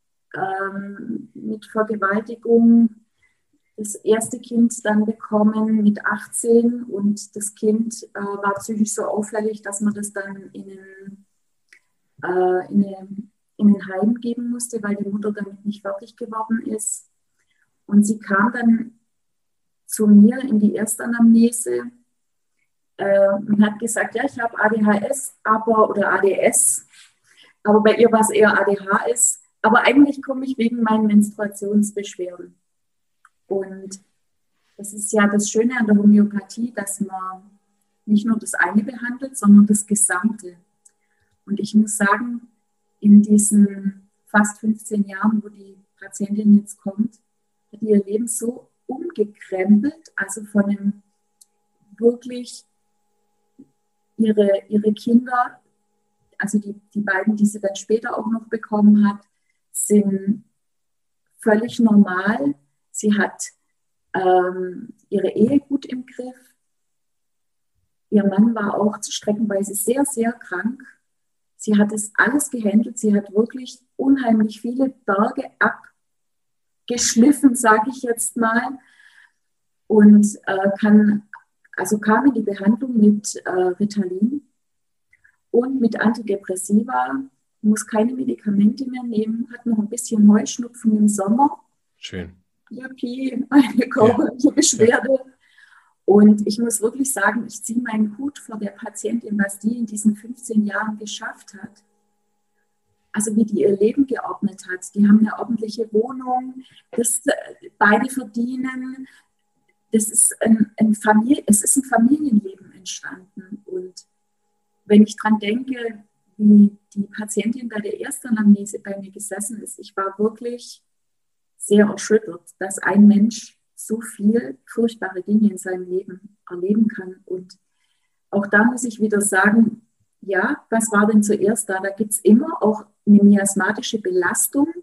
ähm, mit Vergewaltigung, das erste Kind dann bekommen mit achtzehn und das Kind äh, war psychisch so auffällig, dass man das dann in ein, äh, in, eine, in ein Heim geben musste, weil die Mutter damit nicht fertig geworden ist. Und sie kam dann zu mir in die Erstanamnese äh, und hat gesagt, ja, ich habe A D H S, aber oder A D S, aber bei ihr war es eher A D H S, aber eigentlich komme ich wegen meinen Menstruationsbeschwerden. Und das ist ja das Schöne an der Homöopathie, dass man nicht nur das eine behandelt, sondern das Gesamte. Und ich muss sagen, in diesen fast fünfzehn Jahren, wo die Patientin jetzt kommt, hat ihr Leben so umgekrempelt, also von einem wirklich ihre, ihre Kinder, also die, die beiden, die sie dann später auch noch bekommen hat, sind völlig normal. Sie hat ähm, ihre Ehe gut im Griff. Ihr Mann war auch streckenweise sehr, sehr krank. Sie hat es alles gehandelt. Sie hat wirklich unheimlich viele Berge abgeschliffen, sage ich jetzt mal. Und äh, kann, also kam in die Behandlung mit äh, Ritalin und mit Antidepressiva, muss keine Medikamente mehr nehmen, hat noch ein bisschen Heuschnupfen im Sommer. Schön. Yuppie, eine körperliche ja. Beschwerde. Ja. Und ich muss wirklich sagen, ich ziehe meinen Hut vor der Patientin, was die in diesen fünfzehn Jahren geschafft hat. Also wie die ihr Leben geordnet hat. Die haben eine ordentliche Wohnung, das beide verdienen. Das ist ein, ein Familie, es ist ein Familienleben entstanden. Und wenn ich dran denke, wie die Patientin bei der Erstanamnese bei mir gesessen ist, ich war wirklich sehr erschüttert, dass ein Mensch so viel furchtbare Dinge in seinem Leben erleben kann. Und auch da muss ich wieder sagen, ja, was war denn zuerst da? Da gibt es immer auch eine miasmatische Belastung.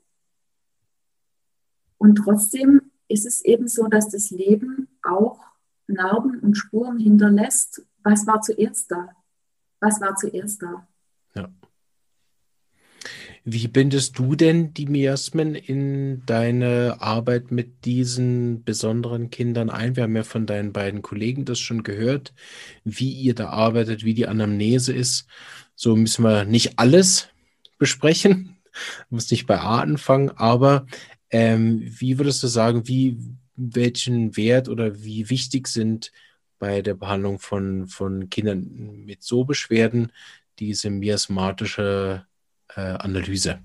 Und trotzdem ist es eben so, dass das Leben auch Narben und Spuren hinterlässt. Was war zuerst da? Was war zuerst da? Ja. Wie bindest du denn die Miasmen in deine Arbeit mit diesen besonderen Kindern ein? Wir haben ja von deinen beiden Kollegen das schon gehört, wie ihr da arbeitet, wie die Anamnese ist. So müssen wir nicht alles besprechen, muss nicht bei A anfangen, aber ähm, wie würdest du sagen, wie, welchen Wert oder wie wichtig sind bei der Behandlung von, von Kindern mit so Beschwerden diese miasmatische äh, Analyse?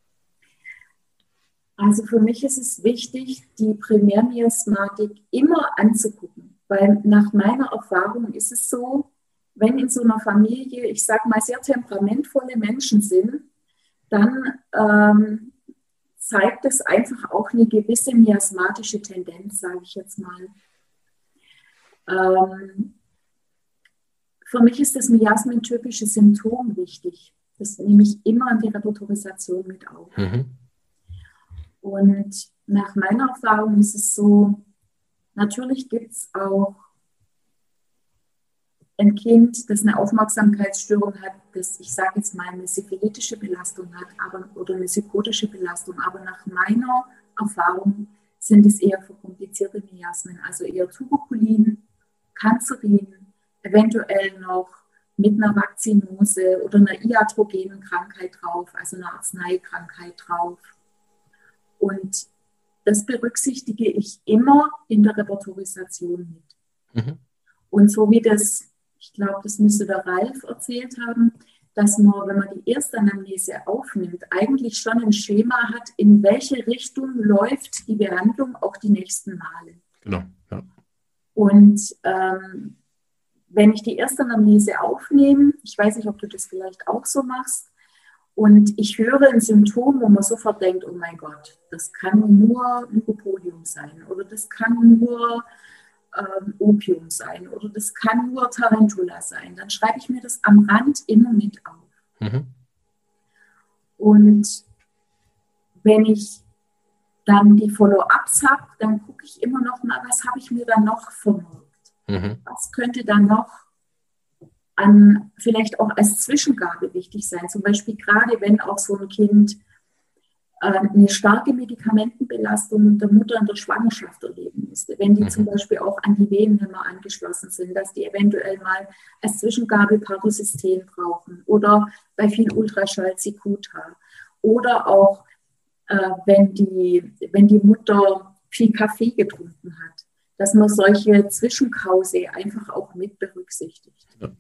Also für mich ist es wichtig, die Primärmiasmatik immer anzugucken, weil nach meiner Erfahrung ist es so, wenn in so einer Familie, ich sage mal, sehr temperamentvolle Menschen sind, dann ähm, zeigt es einfach auch eine gewisse miasmatische Tendenz, sage ich jetzt mal. Ähm, für mich ist das miasmentypische Symptom wichtig. Das nehme ich immer in die Repertorisation mit auf. Mhm. Und nach meiner Erfahrung ist es so, natürlich gibt es auch ein Kind, das eine Aufmerksamkeitsstörung hat, das, ich sage jetzt mal, eine syphilitische Belastung hat aber, oder eine psychotische Belastung. Aber nach meiner Erfahrung sind es eher verkomplizierte Miasmen, also eher Tuberkulin, Cancerin, eventuell noch mit einer Vakzinose oder einer iatrogenen Krankheit drauf, also einer Arzneikrankheit drauf. Und das berücksichtige ich immer in der Repertorisation mit. Mhm. Und so wie das, ich glaube, das müsste der Ralf erzählt haben, dass man, wenn man die Erstanamnese aufnimmt, eigentlich schon ein Schema hat, in welche Richtung läuft die Behandlung auch die nächsten Male. Genau, ja. Und ähm, wenn ich die Erstanamnese aufnehme, ich weiß nicht, ob du das vielleicht auch so machst, und ich höre ein Symptom, wo man sofort denkt, oh mein Gott, das kann nur Lycopodium sein oder das kann nur ähm, Opium sein oder das kann nur Tarantula sein. Dann schreibe ich mir das am Rand immer mit auf. Mhm. Und wenn ich dann die Follow-ups habe, dann gucke ich immer noch mal, was habe ich mir dann noch vermerkt? Mhm. Was könnte dann noch an, vielleicht auch als Zwischengabe wichtig sein. Zum Beispiel gerade, wenn auch so ein Kind äh, eine starke Medikamentenbelastung der Mutter in der Schwangerschaft erleben müsste. Wenn die mhm. zum Beispiel auch an die Venenhämmer angeschlossen sind, dass die eventuell mal als Zwischengabe Paroxystem brauchen oder bei viel Ultraschall Cicuta. Oder auch, äh, wenn, die, wenn die Mutter viel Kaffee getrunken hat, dass man solche Zwischenkause einfach auch mit berücksichtigt. Ja.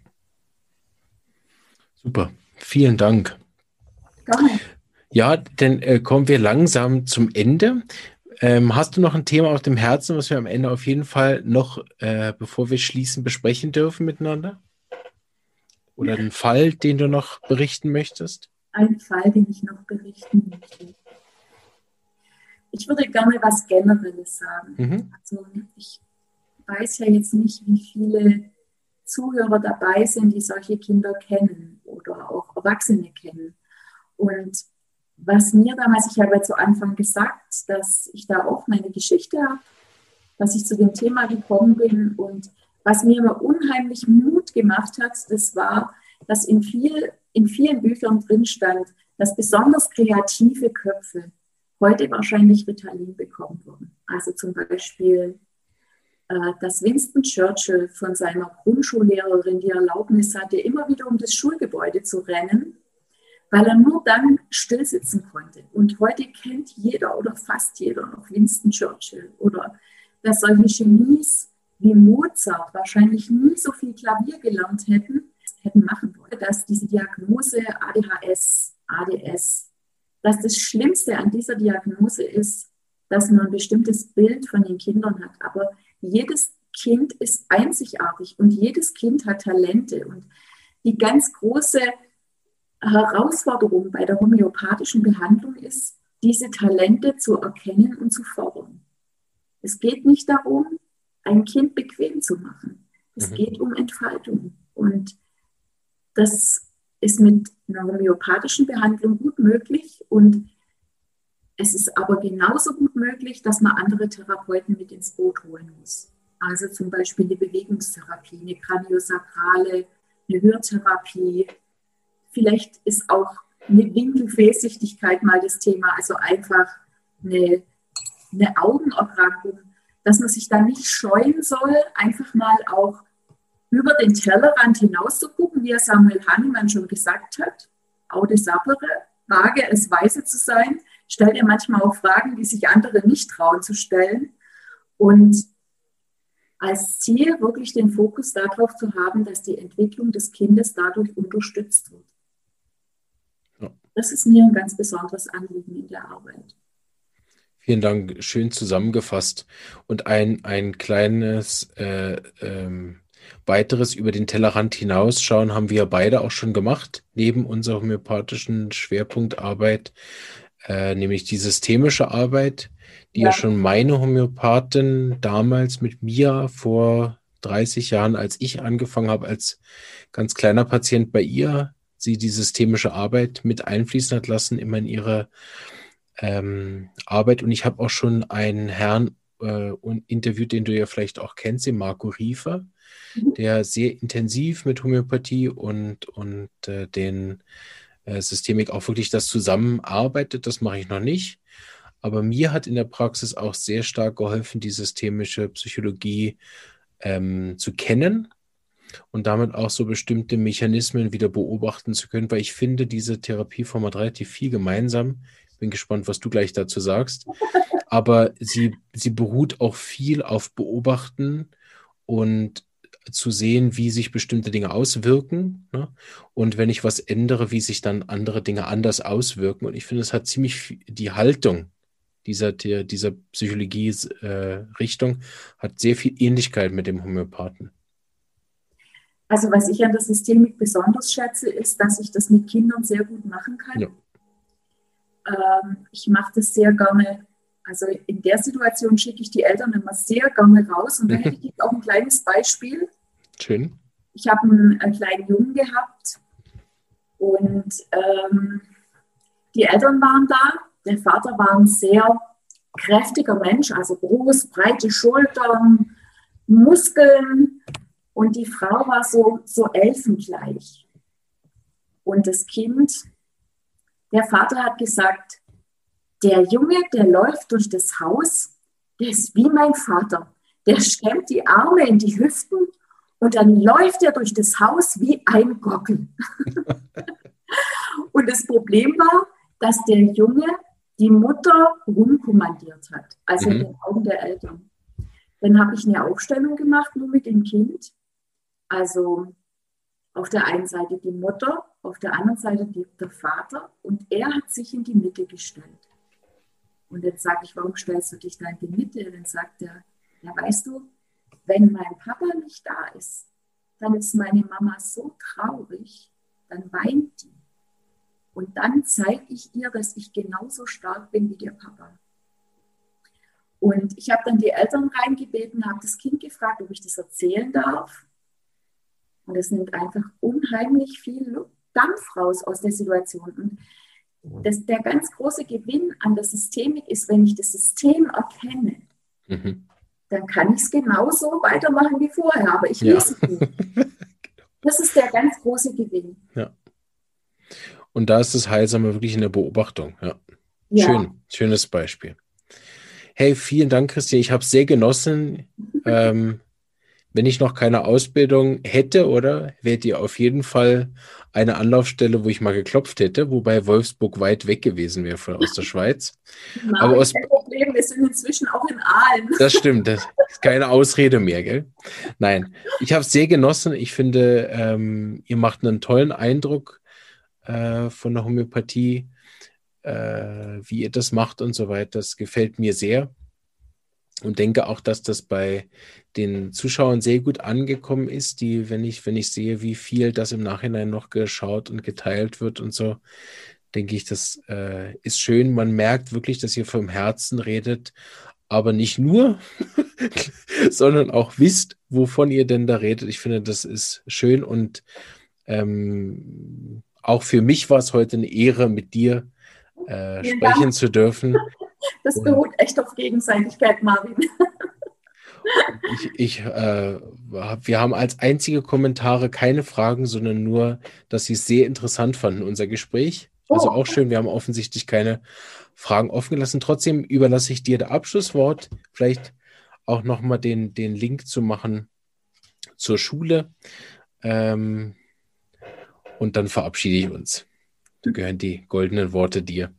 Super, vielen Dank. Gerne. Ja, dann äh, kommen wir langsam zum Ende. Ähm, hast du noch ein Thema auf dem Herzen, was wir am Ende auf jeden Fall noch, äh, bevor wir schließen, besprechen dürfen miteinander? Oder einen Fall, den du noch berichten möchtest? Ein Fall, den ich noch berichten möchte. Ich würde gerne was Generelles sagen. Mhm. Also ich weiß ja jetzt nicht, wie viele Zuhörer dabei sind, die solche Kinder kennen oder auch Erwachsene kennen. Und was mir damals, ich habe ja zu Anfang gesagt, dass ich da auch meine Geschichte habe, dass ich zu dem Thema gekommen bin und was mir immer unheimlich Mut gemacht hat, das war, dass in, viel, in vielen Büchern drin stand, dass besonders kreative Köpfe heute wahrscheinlich Ritalin bekommen würden. Also zum Beispiel dass Winston Churchill von seiner Grundschullehrerin die Erlaubnis hatte, immer wieder um das Schulgebäude zu rennen, weil er nur dann still sitzen konnte. Und heute kennt jeder oder fast jeder noch Winston Churchill. Oder dass solche Genies wie Mozart wahrscheinlich nie so viel Klavier gelernt hätten, hätten machen wollen. Dass diese Diagnose A D H S, A D S, dass das Schlimmste an dieser Diagnose ist, dass man ein bestimmtes Bild von den Kindern hat. Aber jedes Kind ist einzigartig und jedes Kind hat Talente. Und die ganz große Herausforderung bei der homöopathischen Behandlung ist, diese Talente zu erkennen und zu fördern. Es geht nicht darum, ein Kind bequem zu machen. Es mhm. geht um Entfaltung. Und das ist mit einer homöopathischen Behandlung gut möglich. Und es ist aber genauso gut möglich, dass man andere Therapeuten mit ins Boot holen muss. Also zum Beispiel eine Bewegungstherapie, eine Kraniosakrale, eine Hörtherapie. Vielleicht ist auch eine Winkelfehlsichtigkeit mal das Thema, also einfach eine, eine Augenerkrankung, dass man sich da nicht scheuen soll, einfach mal auch über den Tellerrand hinaus zu gucken, wie Samuel Hahnemann schon gesagt hat. Aude sapere, wage es weise zu sein, stellt ja manchmal auch Fragen, die sich andere nicht trauen zu stellen. Und als Ziel wirklich den Fokus darauf zu haben, dass die Entwicklung des Kindes dadurch unterstützt wird. Ja. Das ist mir ein ganz besonderes Anliegen in der Arbeit. Vielen Dank, schön zusammengefasst. Und ein, ein kleines äh, ähm, weiteres über den Tellerrand hinausschauen haben wir beide auch schon gemacht, neben unserer homöopathischen Schwerpunktarbeit, äh, nämlich die systemische Arbeit, die ja. ja schon meine Homöopathin damals mit mir vor dreißig Jahren, als ich angefangen habe, als ganz kleiner Patient bei ihr, sie die systemische Arbeit mit einfließen hat lassen, immer in ihre ähm, Arbeit. Und ich habe auch schon einen Herrn äh, interviewt, den du ja vielleicht auch kennst, den Marco Riefer, der sehr intensiv mit Homöopathie und, und äh, den äh, Systemik auch wirklich das zusammenarbeitet. Das mache ich noch nicht. Aber mir hat in der Praxis auch sehr stark geholfen, die systemische Psychologie ähm, zu kennen und damit auch so bestimmte Mechanismen wieder beobachten zu können, weil ich finde, diese Therapieform hat relativ viel gemeinsam. Bin gespannt, was du gleich dazu sagst. Aber sie, sie beruht auch viel auf Beobachten und zu sehen, wie sich bestimmte Dinge auswirken, ne? Und wenn ich was ändere, wie sich dann andere Dinge anders auswirken. Und ich finde, es hat ziemlich viel, die Haltung dieser, der, dieser Psychologie-Richtung äh, hat sehr viel Ähnlichkeit mit dem Homöopathen. Also was ich an der Systemik besonders schätze, ist, dass ich das mit Kindern sehr gut machen kann. Ja. Ähm, ich mache das sehr gerne. Also in der Situation schicke ich die Eltern immer sehr gerne raus. Und da hätte ich jetzt auch ein kleines Beispiel. Schön. Ich habe einen, einen kleinen Jungen gehabt und ähm, die Eltern waren da. Der Vater war ein sehr kräftiger Mensch, also groß, breite Schultern, Muskeln. Und die Frau war so, so elfengleich. Und das Kind, der Vater hat gesagt, der Junge, der läuft durch das Haus, der ist wie mein Vater. Der stemmt die Arme in die Hüften und dann läuft er durch das Haus wie ein Gockel. Und das Problem war, dass der Junge die Mutter rumkommandiert hat, also mhm. in den Augen der Eltern. Dann habe ich eine Aufstellung gemacht, nur mit dem Kind. Also auf der einen Seite die Mutter, auf der anderen Seite die, der Vater und er hat sich in die Mitte gestellt. Und jetzt sage ich, warum stellst du dich da in die Mitte? Und dann sagt er, ja weißt du, wenn mein Papa nicht da ist, dann ist meine Mama so traurig, dann weint die. Und dann zeige ich ihr, dass ich genauso stark bin wie der Papa. Und ich habe dann die Eltern reingebeten, habe das Kind gefragt, ob ich das erzählen darf. Und es nimmt einfach unheimlich viel Dampf raus aus der Situation. Und das, der ganz große Gewinn an der Systemik ist, wenn ich das System erkenne, mhm. dann kann ich es genauso weitermachen wie vorher, aber ich lese es nicht. Das ist der ganz große Gewinn. Ja. Und da ist das Heilsame wirklich in der Beobachtung. Ja. Ja. Schön, schönes Beispiel. Hey, vielen Dank, Christian. Ich habe es sehr genossen. ähm, wenn ich noch keine Ausbildung hätte, oder wärt ihr auf jeden Fall eine Anlaufstelle, wo ich mal geklopft hätte, wobei Wolfsburg weit weg gewesen wäre von, aus der Schweiz. Nein, aber aus, kein Problem, wir sind inzwischen auch in Aalen. Das stimmt, das ist keine Ausrede mehr, gell? Nein, ich habe es sehr genossen. Ich finde, ähm, ihr macht einen tollen Eindruck äh, von der Homöopathie, äh, wie ihr das macht und so weiter. Das gefällt mir sehr. Und denke auch, dass das bei den Zuschauern sehr gut angekommen ist, die, wenn ich, wenn ich sehe, wie viel das im Nachhinein noch geschaut und geteilt wird und so, denke ich, das äh, ist schön. Man merkt wirklich, dass ihr vom Herzen redet, aber nicht nur, sondern auch wisst, wovon ihr denn da redet. Ich finde, das ist schön und ähm, auch für mich war es heute eine Ehre, mit dir äh, sprechen Dank. zu dürfen. Das beruht echt auf Gegenseitigkeit, Marvin. Ich, ich, äh, wir haben als einzige Kommentare keine Fragen, sondern nur, dass sie es sehr interessant fanden, unser Gespräch. Also auch schön, wir haben offensichtlich keine Fragen offen gelassen. Trotzdem überlasse ich dir das Abschlusswort, vielleicht auch nochmal den, den Link zu machen zur Schule. Ähm, und dann verabschiede ich uns. Da gehören die goldenen Worte dir.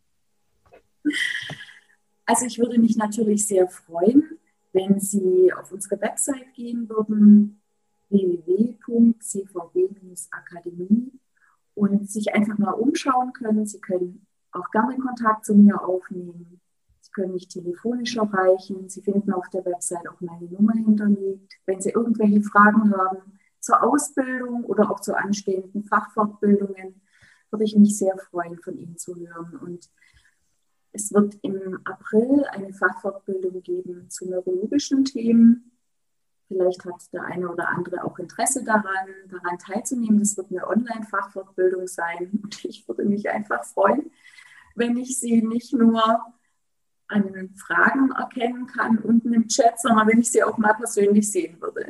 Also ich würde mich natürlich sehr freuen, wenn Sie auf unsere Website gehen würden, w w w punkt c v b akademie, und sich einfach mal umschauen können. Sie können auch gerne Kontakt zu mir aufnehmen. Sie können mich telefonisch erreichen. Sie finden auf der Website auch meine Nummer hinterlegt. Wenn Sie irgendwelche Fragen haben zur Ausbildung oder auch zu anstehenden Fachfortbildungen, würde ich mich sehr freuen, von Ihnen zu hören. Und es wird im April eine Fachfortbildung geben zu neurologischen Themen. Vielleicht hat der eine oder andere auch Interesse daran, daran teilzunehmen. Das wird eine Online-Fachfortbildung sein. Und ich würde mich einfach freuen, wenn ich Sie nicht nur an den Fragen erkennen kann unten im Chat, sondern wenn ich Sie auch mal persönlich sehen würde.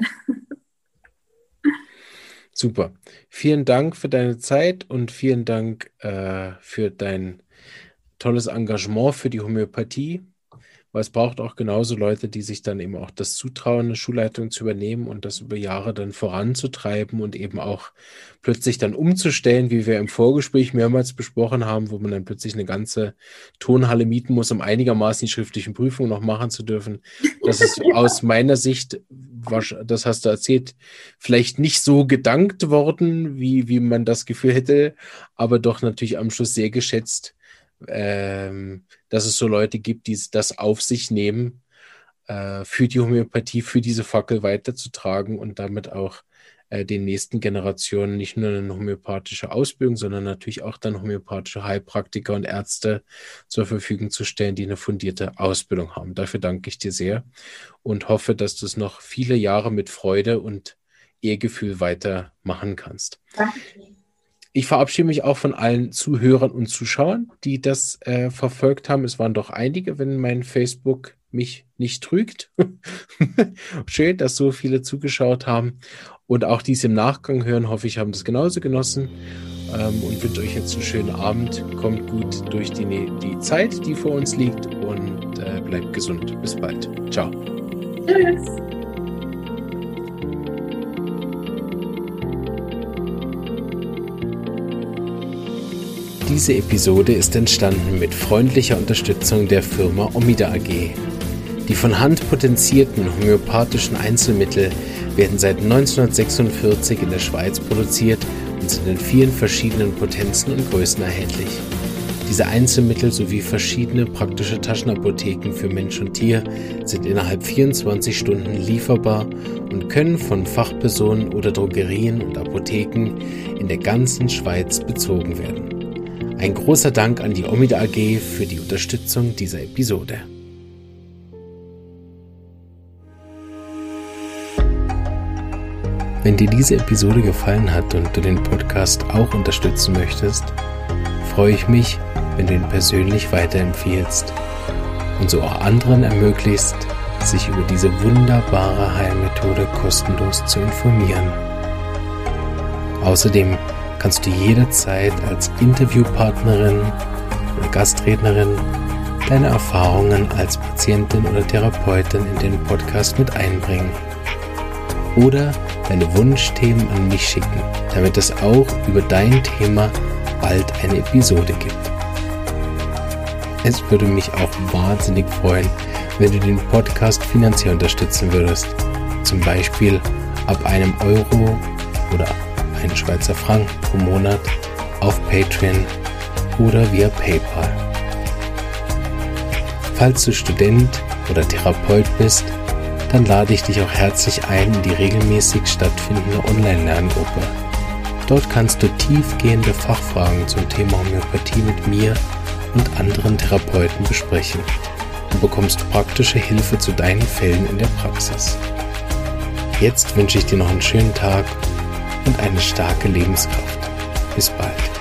Super. Vielen Dank für deine Zeit und vielen Dank äh, für dein tolles Engagement für die Homöopathie. Weil es braucht auch genauso Leute, die sich dann eben auch das zutrauen, eine Schulleitung zu übernehmen und das über Jahre dann voranzutreiben und eben auch plötzlich dann umzustellen, wie wir im Vorgespräch mehrmals besprochen haben, wo man dann plötzlich eine ganze Turnhalle mieten muss, um einigermaßen die schriftlichen Prüfungen noch machen zu dürfen. Das ist ja. aus meiner Sicht, das hast du erzählt, vielleicht nicht so gedankt worden, wie, wie man das Gefühl hätte, aber doch natürlich am Schluss sehr geschätzt, Ähm, dass es so Leute gibt, die das auf sich nehmen, äh, für die Homöopathie, für diese Fackel weiterzutragen und damit auch äh, den nächsten Generationen nicht nur eine homöopathische Ausbildung, sondern natürlich auch dann homöopathische Heilpraktiker und Ärzte zur Verfügung zu stellen, die eine fundierte Ausbildung haben. Dafür danke ich dir sehr und hoffe, dass du es noch viele Jahre mit Freude und Ehrgefühl weitermachen kannst. Danke. Ich verabschiede mich auch von allen Zuhörern und Zuschauern, die das äh, verfolgt haben. Es waren doch einige, wenn mein Facebook mich nicht trügt. Schön, dass so viele zugeschaut haben. Und auch die es im Nachgang hören, hoffe ich, haben das genauso genossen. Ähm, und wünsche euch jetzt einen schönen Abend. Kommt gut durch die, die Zeit, die vor uns liegt. Und äh, bleibt gesund. Bis bald. Ciao. Tschüss. Diese Episode ist entstanden mit freundlicher Unterstützung der Firma Omida A G. Die von Hand potenzierten homöopathischen Einzelmittel werden seit neunzehnhundertsechsundvierzig in der Schweiz produziert und sind in vielen verschiedenen Potenzen und Größen erhältlich. Diese Einzelmittel sowie verschiedene praktische Taschenapotheken für Mensch und Tier sind innerhalb vierundzwanzig Stunden lieferbar und können von Fachpersonen oder Drogerien und Apotheken in der ganzen Schweiz bezogen werden. Ein großer Dank an die Omida A G für die Unterstützung dieser Episode. Wenn dir diese Episode gefallen hat und du den Podcast auch unterstützen möchtest, freue ich mich, wenn du ihn persönlich weiterempfiehlst und so auch anderen ermöglichst, sich über diese wunderbare Heilmethode kostenlos zu informieren. Außerdem kannst du jederzeit als Interviewpartnerin oder Gastrednerin deine Erfahrungen als Patientin oder Therapeutin in den Podcast mit einbringen. Oder deine Wunschthemen an mich schicken, damit es auch über dein Thema bald eine Episode gibt. Es würde mich auch wahnsinnig freuen, wenn du den Podcast finanziell unterstützen würdest. Zum Beispiel ab einem Euro oder einen Schweizer Franken pro Monat auf Patreon oder via PayPal. Falls du Student oder Therapeut bist, dann lade ich dich auch herzlich ein in die regelmäßig stattfindende Online-Lerngruppe. Dort kannst du tiefgehende Fachfragen zum Thema Homöopathie mit mir und anderen Therapeuten besprechen und bekommst praktische Hilfe zu deinen Fällen in der Praxis. Jetzt wünsche ich dir noch einen schönen Tag und eine starke Lebenskraft. Bis bald.